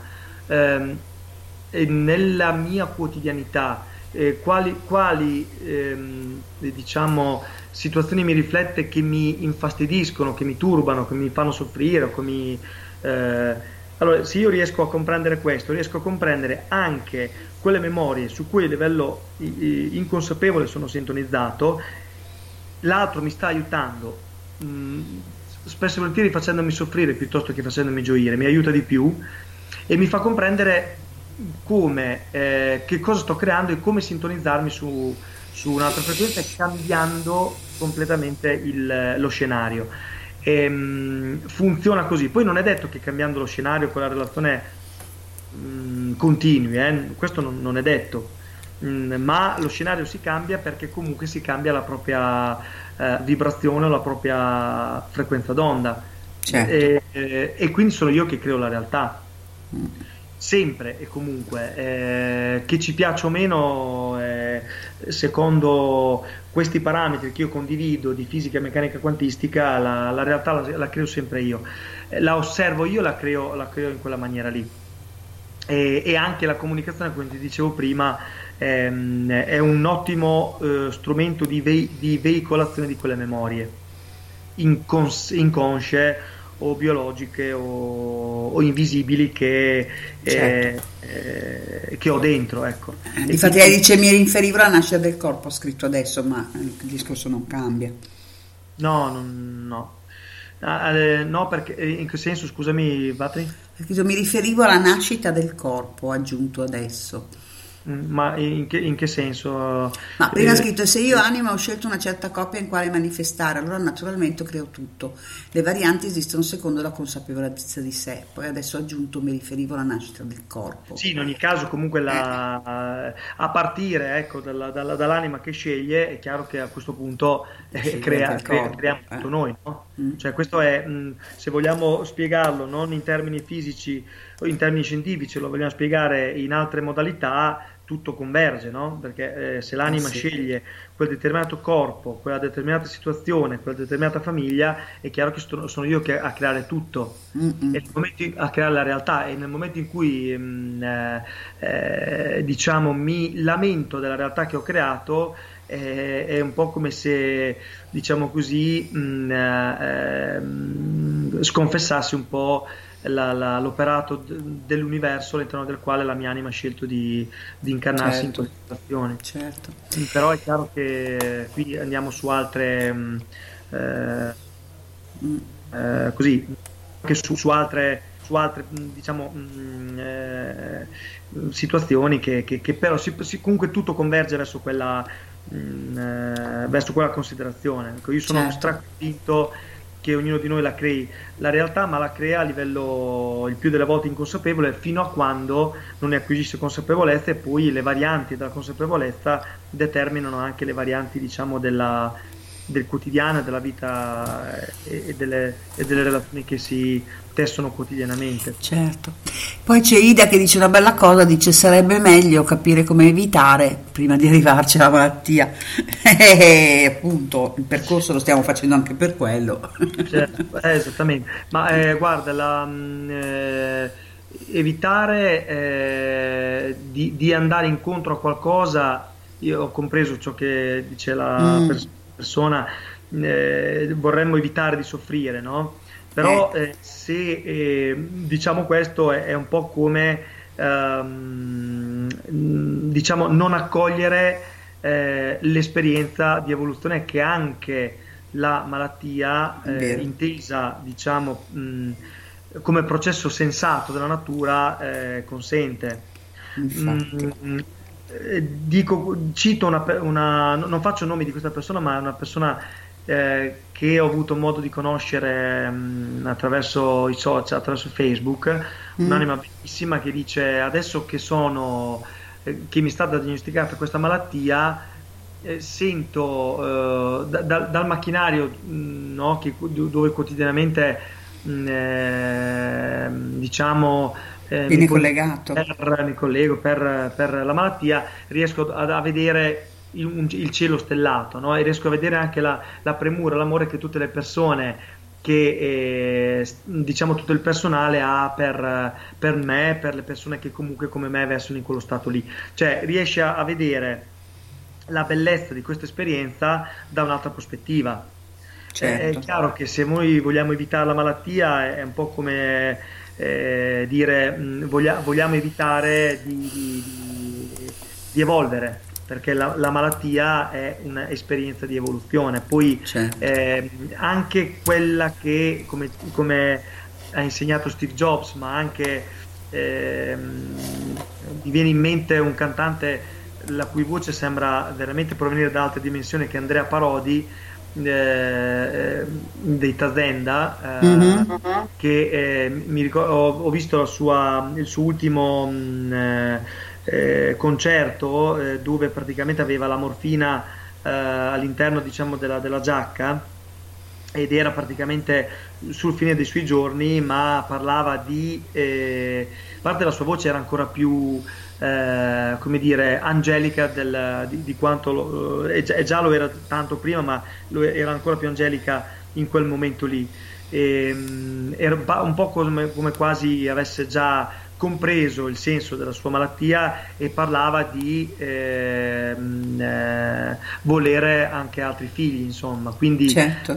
nella mia quotidianità, quali diciamo situazioni mi riflette che mi infastidiscono, che mi turbano, che mi fanno soffrire, o allora, se io riesco a comprendere questo, riesco a comprendere anche quelle memorie su cui a livello inconsapevole sono sintonizzato. L'altro mi sta aiutando, spesso e volentieri facendomi soffrire piuttosto che facendomi gioire, mi aiuta di più e mi fa comprendere come, che cosa sto creando e come sintonizzarmi su un'altra frequenza, cambiando completamente lo scenario. Funziona così. Poi non è detto che cambiando lo scenario quella relazione continui, questo non è detto, ma lo scenario si cambia perché comunque si cambia la propria vibrazione o la propria frequenza d'onda. Certo. E quindi sono io che creo la realtà, sempre e comunque, che ci piaccia o meno, secondo questi parametri che io condivido di fisica e meccanica quantistica, la realtà la creo sempre io, la osservo io, la creo in quella maniera lì. E anche la comunicazione, come ti dicevo prima, è un ottimo strumento di veicolazione di quelle memorie inconsce o biologiche o invisibili che ho dentro, ecco. Infatti lei dice mi riferivo alla nascita del corpo, ho scritto adesso, ma il discorso non cambia. No, perché in che senso, scusami Patri? Perché io mi riferivo alla nascita del corpo, ho aggiunto adesso. Ma in che senso? Ma prima ha scritto: se io anima ho scelto una certa coppia in quale manifestare, allora naturalmente creo tutto. Le varianti esistono secondo la consapevolezza di sé. Poi adesso ho aggiunto: mi riferivo alla nascita del corpo. Sì, in ogni caso comunque a partire, ecco, dall'anima che sceglie, è chiaro che a questo punto creiamo tutto noi, no? Cioè questo è, se vogliamo spiegarlo non in termini fisici o in termini scientifici, lo vogliamo spiegare in altre modalità, tutto converge, no? Perché se l'anima sceglie quel determinato corpo, quella determinata situazione, quella determinata famiglia, è chiaro che sono io a creare tutto, e nel momento a creare la realtà, e nel momento in cui diciamo mi lamento della realtà che ho creato, è un po' come se, diciamo così, sconfessassi un po' l'operato dell'universo all'interno del quale la mia anima ha scelto di incarnarsi in questa situazione. Certo. Però è chiaro che qui andiamo su altre così, che su altre diciamo situazioni che però comunque tutto converge verso quella considerazione. Ecco, io sono straconvinto che ognuno di noi la crei la realtà, ma la crea a livello il più delle volte inconsapevole, fino a quando non ne acquisisce consapevolezza, e poi le varianti della consapevolezza determinano anche le varianti, diciamo, del quotidiano, della vita e delle relazioni che si tessono quotidianamente. Certo. Poi c'è Ida che dice una bella cosa, dice: sarebbe meglio capire come evitare prima di arrivarci alla malattia. Appunto, il percorso lo stiamo facendo anche per quello. Certo, esattamente. Ma guarda, evitare di andare incontro a qualcosa, io ho compreso ciò che dice la persona, vorremmo evitare di soffrire, no? Però se diciamo questo è un po' come diciamo non accogliere l'esperienza di evoluzione che anche la malattia intesa, diciamo, come processo sensato della natura consente. Cito non faccio nomi di questa persona, ma è una persona che ho avuto modo di conoscere attraverso i social, attraverso Facebook, un'anima bellissima, che dice: adesso che mi è stata diagnosticata questa malattia, sento dal macchinario, no, dove quotidianamente diciamo viene collegato, mi collego per la malattia, riesco a vedere il cielo stellato, no? E riesco a vedere anche la premura, l'amore che tutte le persone, che diciamo tutto il personale ha per me, per le persone che comunque come me versano in quello stato lì. Cioè riesce a vedere la bellezza di questa esperienza da un'altra prospettiva. Certo. È chiaro che se noi vogliamo evitare la malattia è un po' come dire vogliamo evitare di evolvere, perché la malattia è un'esperienza di evoluzione. Poi anche quella che, come ha insegnato Steve Jobs, ma anche mi viene in mente un cantante la cui voce sembra veramente provenire da altre dimensioni, che è Andrea Parodi, dei Tazenda, che mi ricordo, ho visto il suo ultimo concerto, dove praticamente aveva la morfina all'interno, diciamo, della giacca, ed era praticamente sul fine dei suoi giorni, ma parlava parte della sua voce era ancora più come dire angelica di quanto già lo era tanto prima, ma era ancora più angelica in quel momento lì. Era un po' come quasi avesse già compreso il senso della sua malattia, e parlava di volere anche altri figli, insomma. Quindi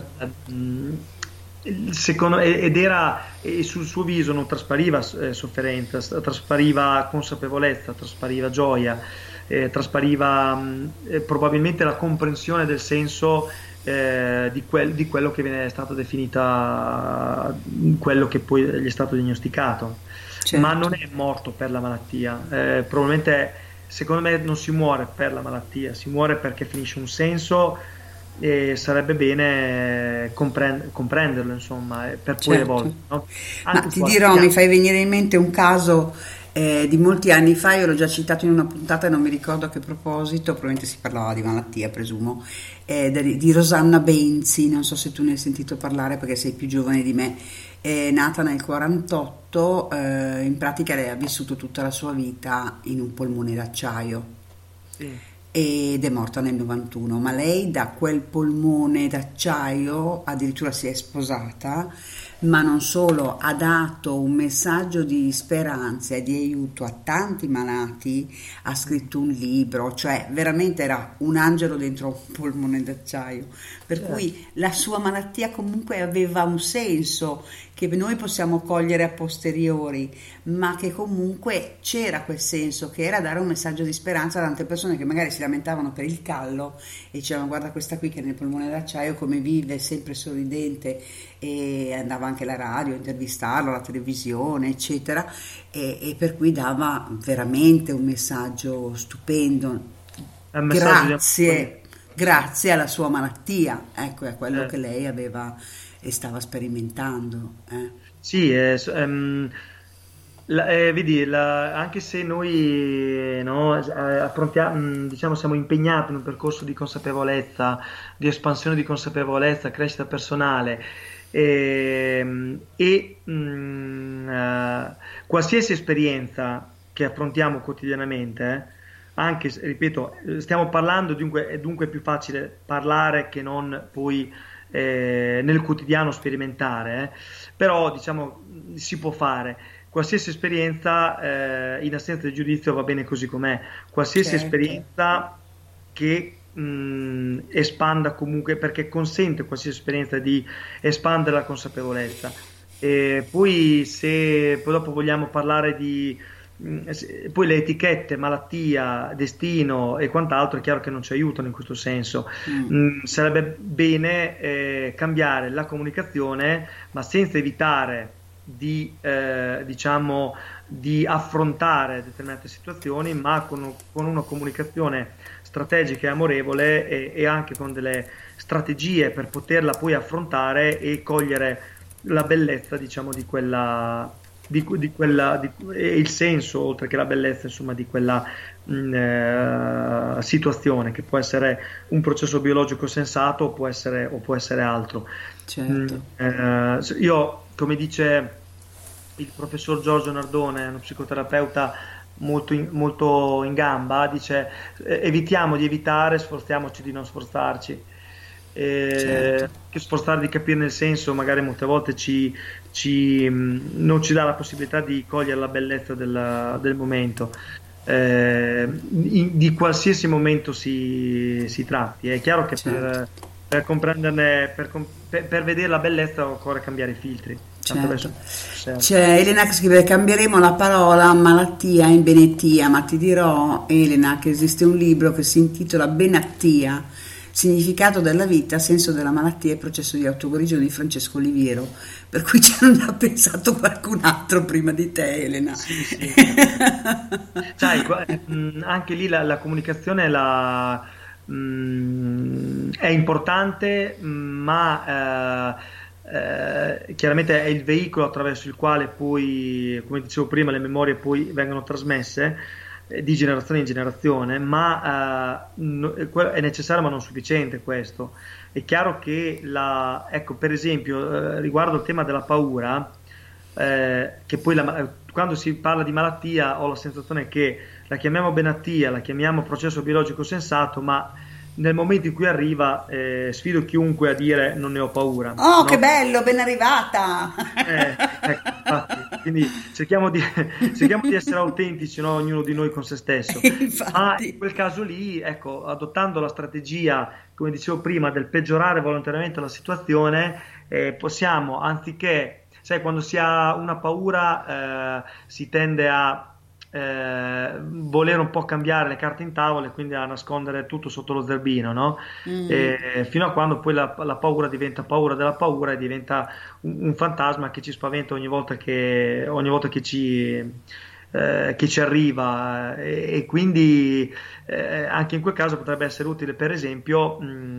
e sul suo viso non traspariva sofferenza, traspariva consapevolezza, traspariva gioia, traspariva probabilmente la comprensione del senso di quello che viene stato definita, quello che poi gli è stato diagnosticato. Ma non è morto per la malattia, probabilmente secondo me non si muore per la malattia, si muore perché finisce un senso, e sarebbe bene comprenderlo, insomma, per poi evolvere, no? Ma ti dirò, mi fai venire in mente un caso di molti anni fa, io l'ho già citato in una puntata e non mi ricordo a che proposito, probabilmente si parlava di malattia, presumo, di Rosanna Benzi, non so se tu ne hai sentito parlare perché sei più giovane di me. È nata nel 48, in pratica lei ha vissuto tutta la sua vita in un polmone d'acciaio. Sì. Ed è morta nel 91, ma lei da quel polmone d'acciaio addirittura si è sposata, ma non solo, ha dato un messaggio di speranza e di aiuto a tanti malati, ha scritto un libro, cioè veramente era un angelo dentro un polmone d'acciaio, per cui la sua malattia comunque aveva un senso che noi possiamo cogliere a posteriori, ma che comunque c'era quel senso, che era dare un messaggio di speranza a tante persone che magari si lamentavano per il callo e dicevano: guarda questa qui che è nel polmone d'acciaio come vive, sempre sorridente, e andava anche la radio a intervistarlo, la televisione, eccetera, e per cui dava veramente un messaggio stupendo. Grazie alla sua malattia, ecco, a quello che lei aveva e stava sperimentando. Sì, vedi, anche se noi affrontiamo, diciamo, siamo impegnati in un percorso di consapevolezza, di espansione di consapevolezza, crescita personale, qualsiasi esperienza che affrontiamo quotidianamente, anche, ripeto, stiamo parlando, è dunque più facile parlare che non poi nel quotidiano sperimentare, però diciamo si può fare. Qualsiasi esperienza in assenza di giudizio va bene così com'è, qualsiasi esperienza che espanda comunque, perché consente qualsiasi esperienza di espandere la consapevolezza. E poi se poi dopo vogliamo parlare di poi le etichette, malattia, destino e quant'altro, è chiaro che non ci aiutano in questo senso. Sarebbe bene cambiare la comunicazione, ma senza evitare di diciamo di affrontare determinate situazioni, ma con una comunicazione strategica e amorevole, e anche con delle strategie per poterla poi affrontare e cogliere la bellezza, diciamo, di quella e il senso, oltre che la bellezza, insomma, di quella situazione, che può essere un processo biologico sensato o può essere altro. Certo. Io, come dice il professor Giorgio Nardone, uno psicoterapeuta molto in gamba, dice: evitiamo di evitare, sforziamoci di non sforzarci. Che sforzare di capirne il senso magari molte volte non ci dà la possibilità di cogliere la bellezza del momento, di qualsiasi momento si tratti. È chiaro che per comprenderne, per vedere la bellezza occorre cambiare i filtri. C'è Elena che scrive: cambieremo la parola malattia in benettia, ma ti dirò, Elena, che esiste un libro che si intitola Benattia, significato della vita, senso della malattia e processo di autoguarigione, di Francesco Oliviero, per cui ci hanno pensato qualcun altro prima di te, Elena. Sì. Sai, anche lì la comunicazione è importante, ma chiaramente è il veicolo attraverso il quale poi, come dicevo prima, le memorie poi vengono trasmesse di generazione in generazione, ma è necessario ma non sufficiente questo. È chiaro che ecco, per esempio, riguardo il tema della paura, che poi quando si parla di malattia ho la sensazione che la chiamiamo benattia, la chiamiamo processo biologico sensato, ma nel momento in cui arriva sfido chiunque a dire non ne ho paura. Oh, no? Che bello, ben arrivata! Ecco, infatti, quindi cerchiamo di essere autentici, no? Ognuno di noi con se stesso. Ma in quel caso lì, ecco, adottando la strategia, come dicevo prima, del peggiorare volontariamente la situazione, possiamo, anziché, sai, quando si ha una paura si tende a volere un po' cambiare le carte in tavola e quindi a nascondere tutto sotto lo zerbino, no? Fino a quando poi la paura diventa paura della paura e diventa un fantasma che ci spaventa ogni volta che ci che ci arriva, e quindi anche in quel caso potrebbe essere utile, per esempio,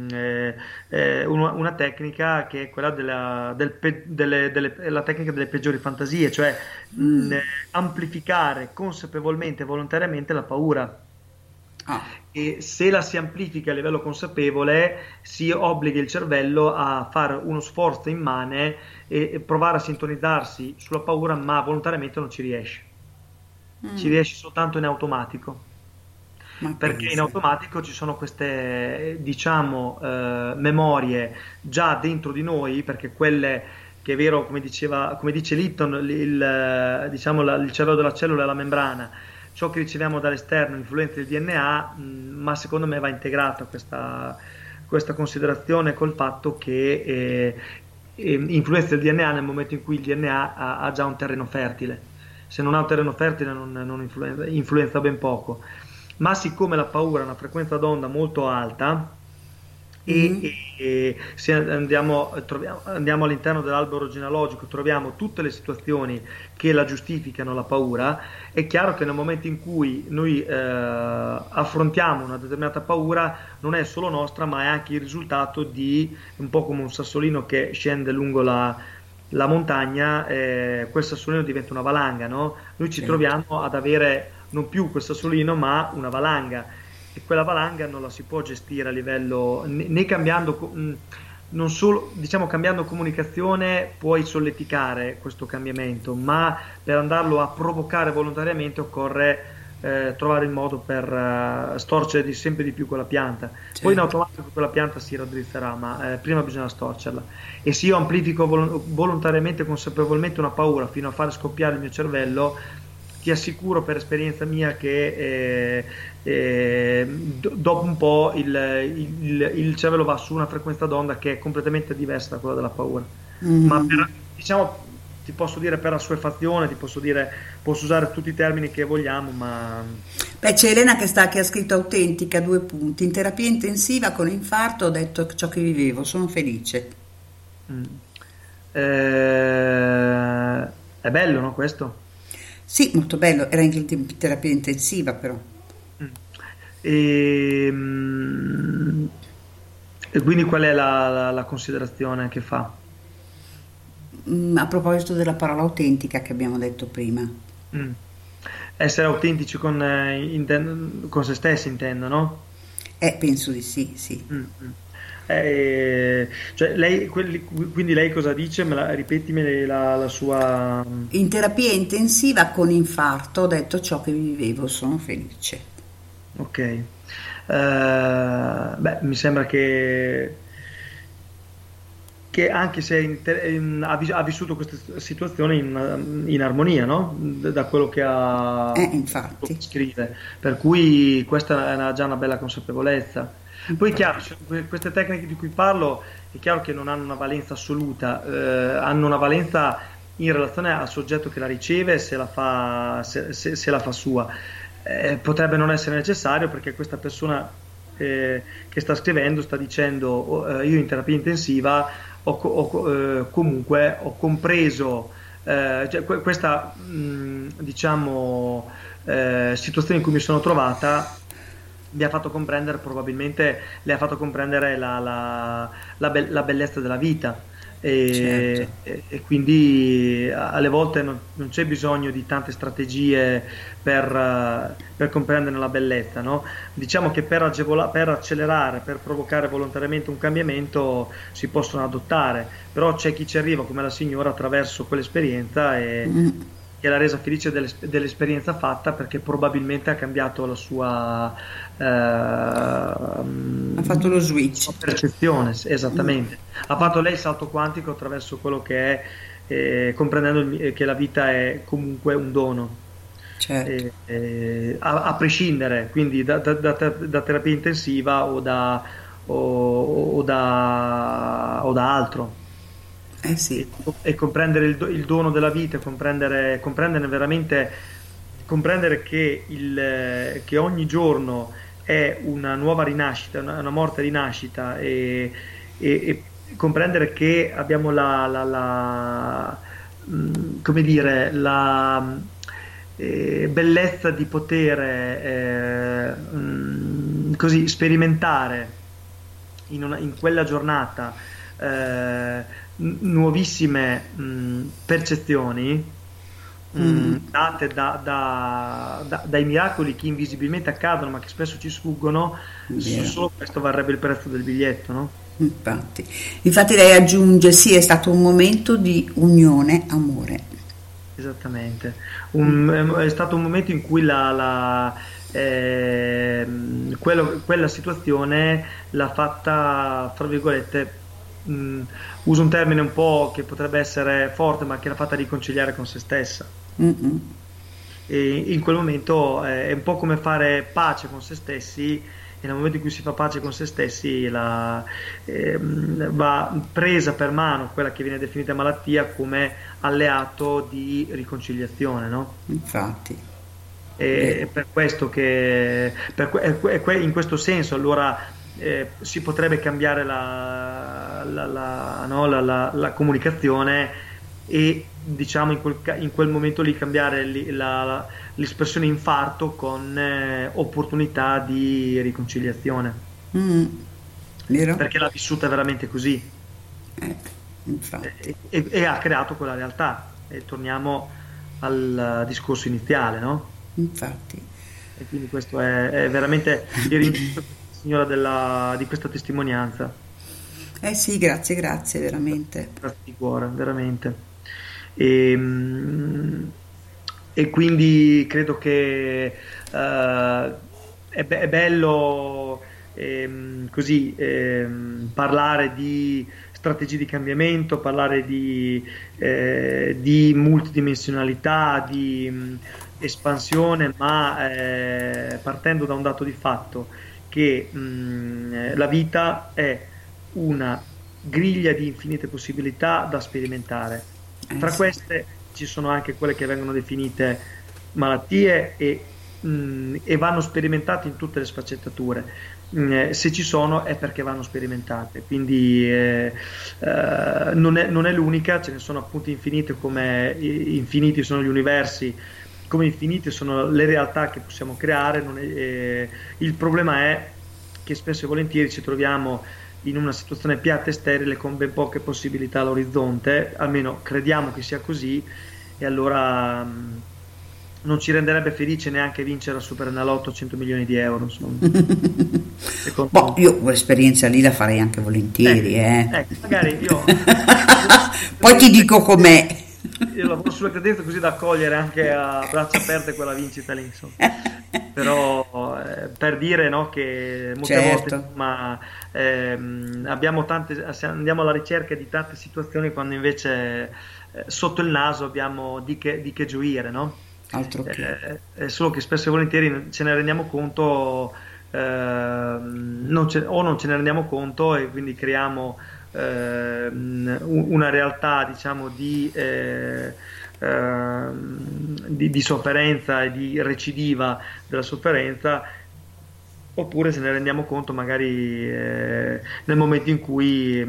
una tecnica che è quella la tecnica delle peggiori fantasie, cioè amplificare consapevolmente e volontariamente la paura. E se la si amplifica a livello consapevole, si obbliga il cervello a fare uno sforzo immane e provare a sintonizzarsi sulla paura, ma volontariamente non ci riesce. Ci riesce soltanto in automatico, perché in automatico ci sono queste, diciamo, memorie già dentro di noi, perché quelle che è vero, come dice Litton, diciamo, il cervello della cellula è la membrana. Ciò che riceviamo dall'esterno influenza il DNA, ma secondo me va integrata questa considerazione col fatto che influenza il DNA nel momento in cui il DNA ha già un terreno fertile. Se non ha un terreno fertile non influenza ben poco. Ma siccome la paura ha una frequenza d'onda molto alta, e se andiamo all'interno dell'albero genealogico, troviamo tutte le situazioni che la giustificano, la paura, è chiaro che nel momento in cui noi affrontiamo una determinata paura, non è solo nostra, ma è anche il risultato di, un po' come un sassolino che scende lungo la montagna, quel sassolino diventa una valanga, no? Noi ci troviamo ad avere non più quel sassolino, ma una valanga, e quella valanga non la si può gestire a livello, né cambiando, non solo, diciamo, cambiando comunicazione puoi solleticare questo cambiamento, ma per andarlo a provocare volontariamente occorre trovare il modo per storcere sempre di più quella pianta. Poi in automatico quella pianta si raddrizzerà, ma prima bisogna storcerla. E se io amplifico volontariamente, consapevolmente una paura fino a fare scoppiare il mio cervello, ti assicuro per esperienza mia che dopo un po' il cervello va su una frequenza d'onda che è completamente diversa da quella della paura. Ma diciamo, ti posso dire per assuefazione, posso usare tutti i termini che vogliamo, ma... Beh, c'è Elena che ha scritto autentica, 2 punti. In terapia intensiva con infarto ho detto ciò che vivevo, sono felice. È bello, no, questo? Sì, molto bello, era in terapia intensiva però. E quindi qual è la considerazione che fa? A proposito della parola autentica che abbiamo detto prima. Essere autentici con se stessi, intendo, no? Penso di sì, sì. Cioè quindi lei cosa dice? Ripetimi la sua... In terapia intensiva con infarto ho detto ciò che vivevo, sono felice. Ok. Beh, mi sembra che anche se ha vissuto questa situazione in armonia, no? Da quello che infatti scrive, per cui questa è già una bella consapevolezza. Poi è chiaro, queste tecniche di cui parlo è chiaro che non hanno una valenza assoluta, hanno una valenza in relazione al soggetto che la riceve, se la fa sua. Potrebbe non essere necessario, perché questa persona che sta scrivendo sta dicendo io in terapia intensiva comunque ho compreso cioè, questa diciamo situazione in cui mi sono trovata, mi ha fatto comprendere, probabilmente le ha fatto comprendere la bellezza della vita, e quindi alle volte non c'è bisogno di tante strategie per comprendere la bellezza, no? Diciamo che per accelerare, per provocare volontariamente un cambiamento si possono adottare, però c'è chi ci arriva come la signora attraverso quell'esperienza e che l'ha resa felice dell'esperienza fatta, perché probabilmente ha cambiato la sua ha fatto lo switch, percezione, esattamente. Ha fatto lei il salto quantico attraverso quello che è, comprendendo che la vita è comunque un dono, a prescindere quindi da terapia intensiva o da altro. Sì. E comprendere il dono della vita, comprendere veramente, comprendere che ogni giorno è una nuova rinascita, una morte rinascita, e comprendere che abbiamo come dire, bellezza di poter così sperimentare in quella giornata nuovissime percezioni date dai miracoli che invisibilmente accadono ma che spesso ci sfuggono. Solo questo varrebbe il prezzo del biglietto, no? Infatti lei aggiunge sì, è stato un momento di unione, amore. Esattamente, è stato un momento in cui quella situazione l'ha fatta, tra virgolette, uso un termine un po' che potrebbe essere forte, ma che l'ha fatta riconciliare con se stessa. E in quel momento è un po' come fare pace con se stessi, e nel momento in cui si fa pace con se stessi va presa per mano quella che viene definita malattia come alleato di riconciliazione, no? Infatti. E per questo che in questo senso allora si potrebbe cambiare la comunicazione e, diciamo, in quel momento lì cambiare l'espressione infarto con opportunità di riconciliazione. Vero? Perché l'ha vissuta veramente così, e ha creato quella realtà, e torniamo al discorso iniziale, no? Infatti. E quindi questo è veramente il ringrazio, signora, di questa testimonianza. Sì, grazie, veramente. Grazie di cuore, veramente. E quindi credo che è bello così parlare di strategie di cambiamento, parlare di multidimensionalità, di espansione, ma partendo da un dato di fatto che la vita è una griglia di infinite possibilità da sperimentare. Tra queste ci sono anche quelle che vengono definite malattie e vanno sperimentate in tutte le sfaccettature. Se ci sono è perché vanno sperimentate, quindi non è l'unica, ce ne sono appunto infinite, come infiniti sono gli universi, come infinite sono le realtà che possiamo creare. Il problema è che spesso e volentieri ci troviamo in una situazione piatta e sterile con ben poche possibilità all'orizzonte, almeno crediamo che sia così, e allora non ci renderebbe felice neanche vincere a Superenalotto 100 milioni di euro, insomma. Io quell'esperienza lì la farei anche volentieri, magari io poi ti dico com'è. Io lavoro sulla credenza così da accogliere anche a braccia aperte quella vincita lì, insomma. Però per dire, no, che molte volte andiamo alla ricerca di tante situazioni quando invece sotto il naso abbiamo di che gioire, no? Altro che. Solo che spesso e volentieri ce ne rendiamo conto, non ce ne rendiamo conto, e quindi creiamo una realtà, diciamo, di sofferenza e di recidiva della sofferenza, oppure se ne rendiamo conto magari nel momento in cui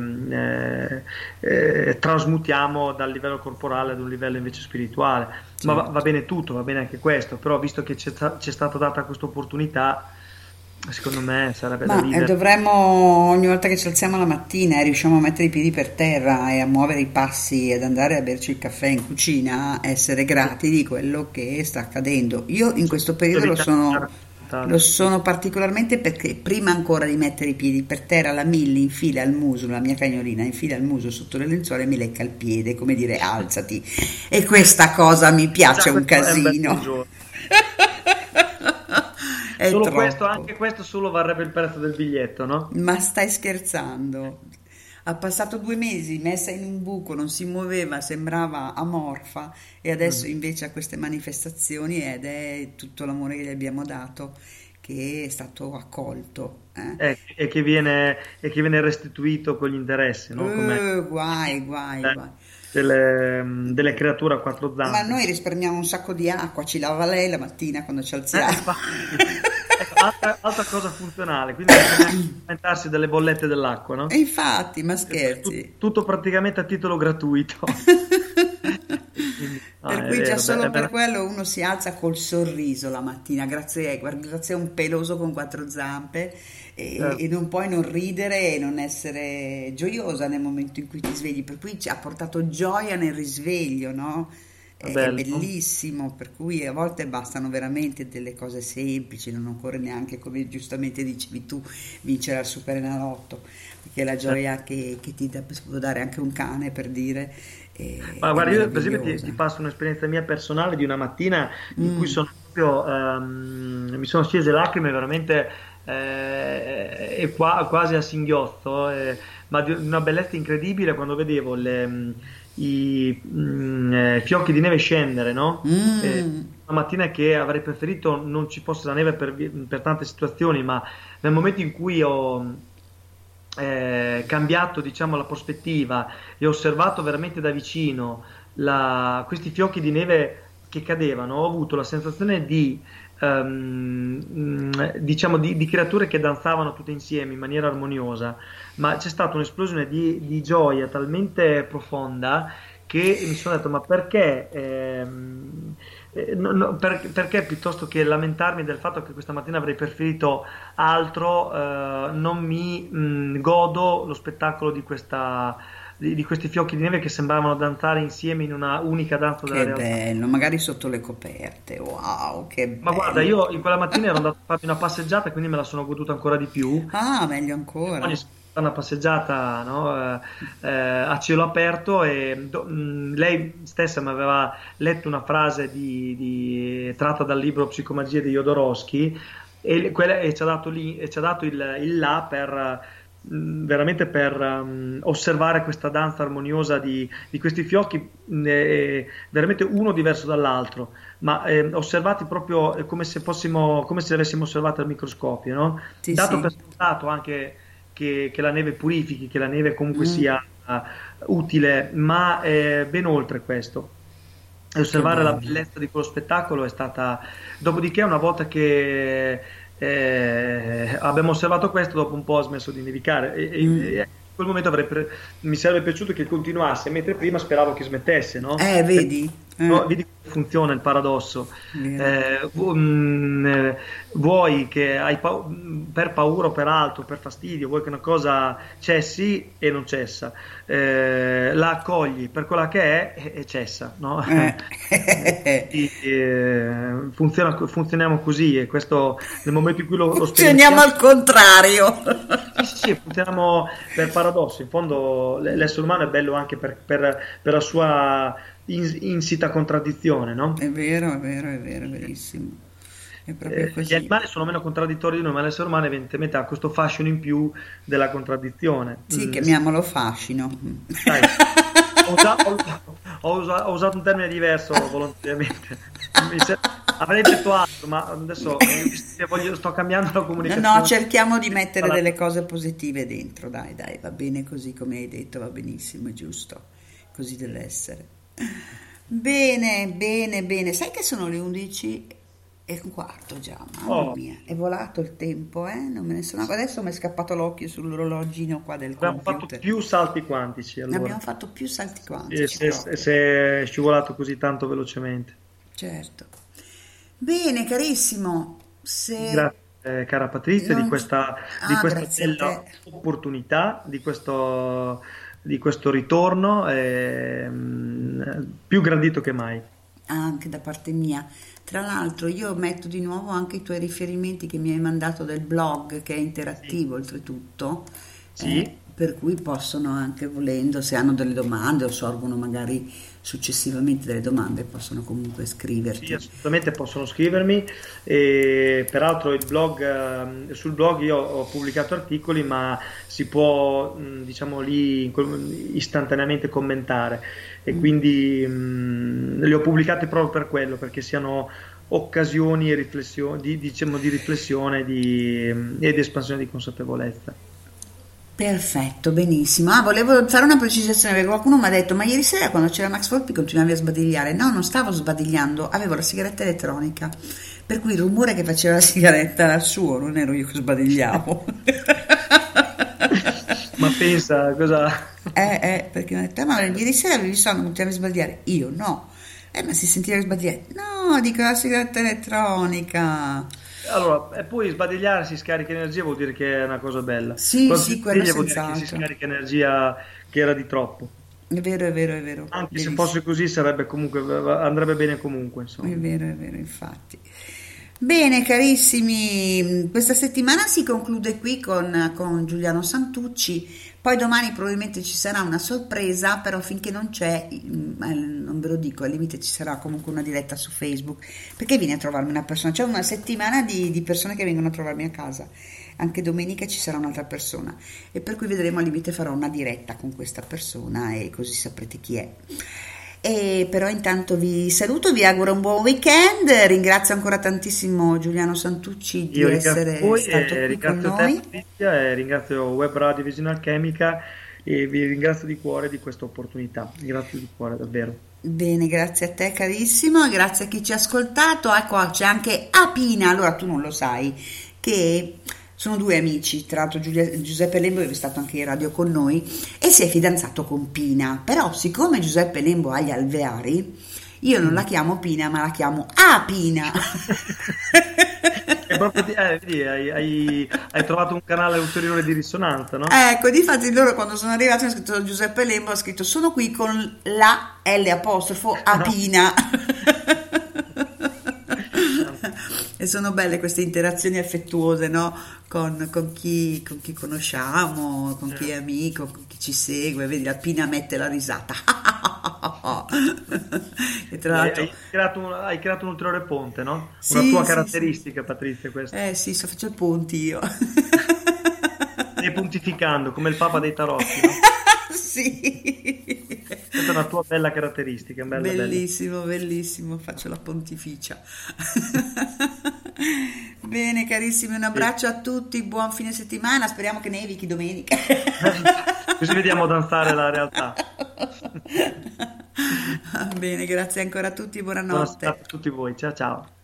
trasmutiamo dal livello corporale ad un livello invece spirituale. Ma va bene tutto, va bene anche questo, però visto che c'è stata data questa opportunità, secondo me sarebbe da ridere. Dovremmo, ogni volta che ci alziamo la mattina e riusciamo a mettere i piedi per terra e a muovere i passi ed andare a berci il caffè in cucina, essere grati di quello che sta accadendo. Io in questo periodo lo sono particolarmente, perché prima ancora di mettere i piedi per terra la Milly infila il muso, la mia cagnolina infila il muso sotto le lenzuola e mi lecca il piede, come dire alzati, e questa cosa mi piace un casino. Solo questo, anche questo solo varrebbe il prezzo del biglietto, no? Ma stai scherzando? Ha passato 2 mesi messa in un buco, non si muoveva, sembrava amorfa, e adesso invece ha queste manifestazioni, ed è tutto l'amore che gli abbiamo dato che è stato accolto. E che viene restituito con gli interessi, no? Guai. Delle creature a 4 zampe. Ma noi risparmiamo un sacco di acqua, ci lava lei la mattina quando ci alziamo. Altra cosa funzionale, quindi alimentarsi delle bollette dell'acqua, no? E infatti, ma scherzi. Tutto praticamente a titolo gratuito. Per cui già solo per quello uno si alza col sorriso la mattina, grazie a un peloso con 4 zampe, e non puoi non ridere e non essere gioiosa nel momento in cui ti svegli, per cui ci ha portato gioia nel risveglio, no? È bellissimo, per cui a volte bastano veramente delle cose semplici, non occorre neanche, come giustamente dicevi tu, vincere al Superenalotto, perché la gioia che ti può dare anche un cane, per dire. Ma guarda, io per esempio ti passo un'esperienza mia personale di una mattina in cui sono proprio mi sono scese lacrime veramente quasi a singhiozzo, ma di una bellezza incredibile quando vedevo i fiocchi di neve scendere, no? Una mattina che avrei preferito non ci fosse la neve per tante situazioni, ma nel momento in cui ho cambiato, diciamo, la prospettiva e ho osservato veramente da vicino questi fiocchi di neve che cadevano, ho avuto la sensazione di diciamo di creature che danzavano tutte insieme in maniera armoniosa, ma c'è stata un'esplosione di gioia talmente profonda che mi sono detto: ma perché perché piuttosto che lamentarmi del fatto che questa mattina avrei preferito altro, non mi godo lo spettacolo di questi fiocchi di neve che sembravano danzare insieme in una unica danza della realtà. Che bello, magari sotto le coperte. Wow, che bello. Ma guarda, io in quella mattina ero andato a farmi una passeggiata, quindi me la sono goduta ancora di più. Ah, meglio ancora. Una passeggiata, no? A cielo aperto, e lei stessa mi aveva letto una frase tratta dal libro Psicomagia di Jodorowsky, e ci ha dato il là veramente per osservare questa danza armoniosa di questi fiocchi, veramente uno diverso dall'altro, ma osservati proprio come se li avessimo osservati al microscopio, no? Sì, dato sì. per scontato anche che la neve purifichi, che la neve comunque sia utile, ma ben oltre questo. E osservare la bellezza di quello spettacolo è stata... Dopodiché, una volta che abbiamo osservato questo, dopo un po' ha smesso di nevicare, e in quel momento mi sarebbe piaciuto che continuasse, mentre prima speravo che smettesse, no? Vedi? No, vedi come funziona il paradosso. Vuoi che per paura o per altro, per fastidio, vuoi che una cosa cessi e non cessa, la accogli per quella che è e cessa, no? Funzioniamo così, e questo nel momento in cui lo funzioniamo al contrario. Sì, funzioniamo per paradosso. In fondo l'essere umano è bello anche per la sua insita contraddizione, no? È vero, verissimo. È proprio così. Gli animali sono meno contraddittori di noi, ma l'essere umano evidentemente ha questo fascino in più della contraddizione. Sì, chiamiamolo fascino. Dai, ho usato un termine diverso volontariamente. Avrei detto altro, ma adesso sto cambiando la comunicazione. No, cerchiamo di mettere delle cose positive dentro, dai, va bene così come hai detto, va benissimo, è giusto, così deve essere. Bene, sai che sono le 11:15 già, mamma mia, è volato il tempo, non me ne sono... Adesso mi è scappato l'occhio sull'orologino qua del computer. Abbiamo fatto più salti quantici, allora. Abbiamo fatto più salti quantici. Se è scivolato così tanto velocemente. Certo. Bene, carissimo. Grazie, cara Patrizia, di questa bella opportunità, di questo ritorno, più gradito che mai. Anche da parte mia. Tra l'altro io metto di nuovo anche i tuoi riferimenti che mi hai mandato del blog, che è interattivo, oltretutto. Sì. Per cui possono anche, volendo, se hanno delle domande o sorgono magari successivamente delle domande, possono comunque scriverti. Sì, assolutamente possono scrivermi, e peraltro il blog, sul blog io ho pubblicato articoli, ma si può diciamo lì istantaneamente commentare, e quindi li ho pubblicati proprio per quello, perché siano occasioni e riflessioni, di riflessione e di espansione di consapevolezza. Perfetto, benissimo. Volevo fare una precisazione, perché qualcuno mi ha detto: ma ieri sera quando c'era Max Volpi continuavi a sbadigliare. No, non stavo sbadigliando, avevo la sigaretta elettronica, per cui il rumore che faceva la sigaretta era il suo, non ero io che sbadigliavo. Ma pensa cosa... Perché mi ha detto: ma ieri sera avevi sonno, continuavi a sbadigliare. Io no, Ma si sentiva sbadigliare. No, dico la sigaretta elettronica. Allora, e poi sbadigliare si scarica energia, vuol dire che è una cosa bella. Sì, Quando sì, si quello sbaglia vuol dire che si senz'altro. scarica energia che era di troppo. È vero, è vero, è vero. Anche se Benissimo. fosse così sarebbe comunque, andrebbe bene comunque, insomma. È vero, infatti. Bene, carissimi, questa settimana si conclude qui con Giuliano Santucci. Poi domani probabilmente ci sarà una sorpresa, però finché non c'è, non ve lo dico, al limite ci sarà comunque una diretta su Facebook, perché viene a trovarmi una persona. C'è una settimana di persone che vengono a trovarmi a casa. Anche domenica ci sarà un'altra persona, e per cui vedremo, al limite farò una diretta con questa persona e così saprete chi è. E però intanto vi saluto, vi auguro un buon weekend, ringrazio ancora tantissimo Giuliano Santucci di essere stato qui con noi. Patrizia, e ringrazio Web Radio Vision Alchemica e vi ringrazio di cuore di questa opportunità, grazie di cuore davvero. Bene, grazie a te carissimo, grazie a chi ci ha ascoltato. Ecco, c'è anche Apina, allora tu non lo sai, che sono due amici, tra l'altro Giuseppe Lembo è stato anche in radio con noi e si è fidanzato con Pina, però siccome Giuseppe Lembo ha gli alveari, io non la chiamo Pina ma la chiamo Apina. E proprio vedi, hai trovato un canale ulteriore di risonanza, no? Ecco, difatti loro quando sono arrivati hanno scritto Giuseppe Lembo, ha scritto sono qui con la L apostrofo Apina. E sono belle queste interazioni affettuose, no? Con chi conosciamo, con chi è amico, con chi ci segue. Vedi, la Pina mette la risata. E tra l'altro hai creato un ulteriore ponte, no? Sì, Una tua sì, caratteristica, sì. Patrizia, questa. Sì, faccio i ponti io. Stai pontificando come il Papa dei tarotti, no? Sì. Questa è una tua bella caratteristica, bellissimo, bellissimo, faccio la pontificia. Bene carissimi, un abbraccio a tutti, buon fine settimana, speriamo che nevichi domenica. Così vediamo danzare la realtà. Bene, grazie ancora a tutti, buonanotte. Buonasera a tutti voi, ciao ciao.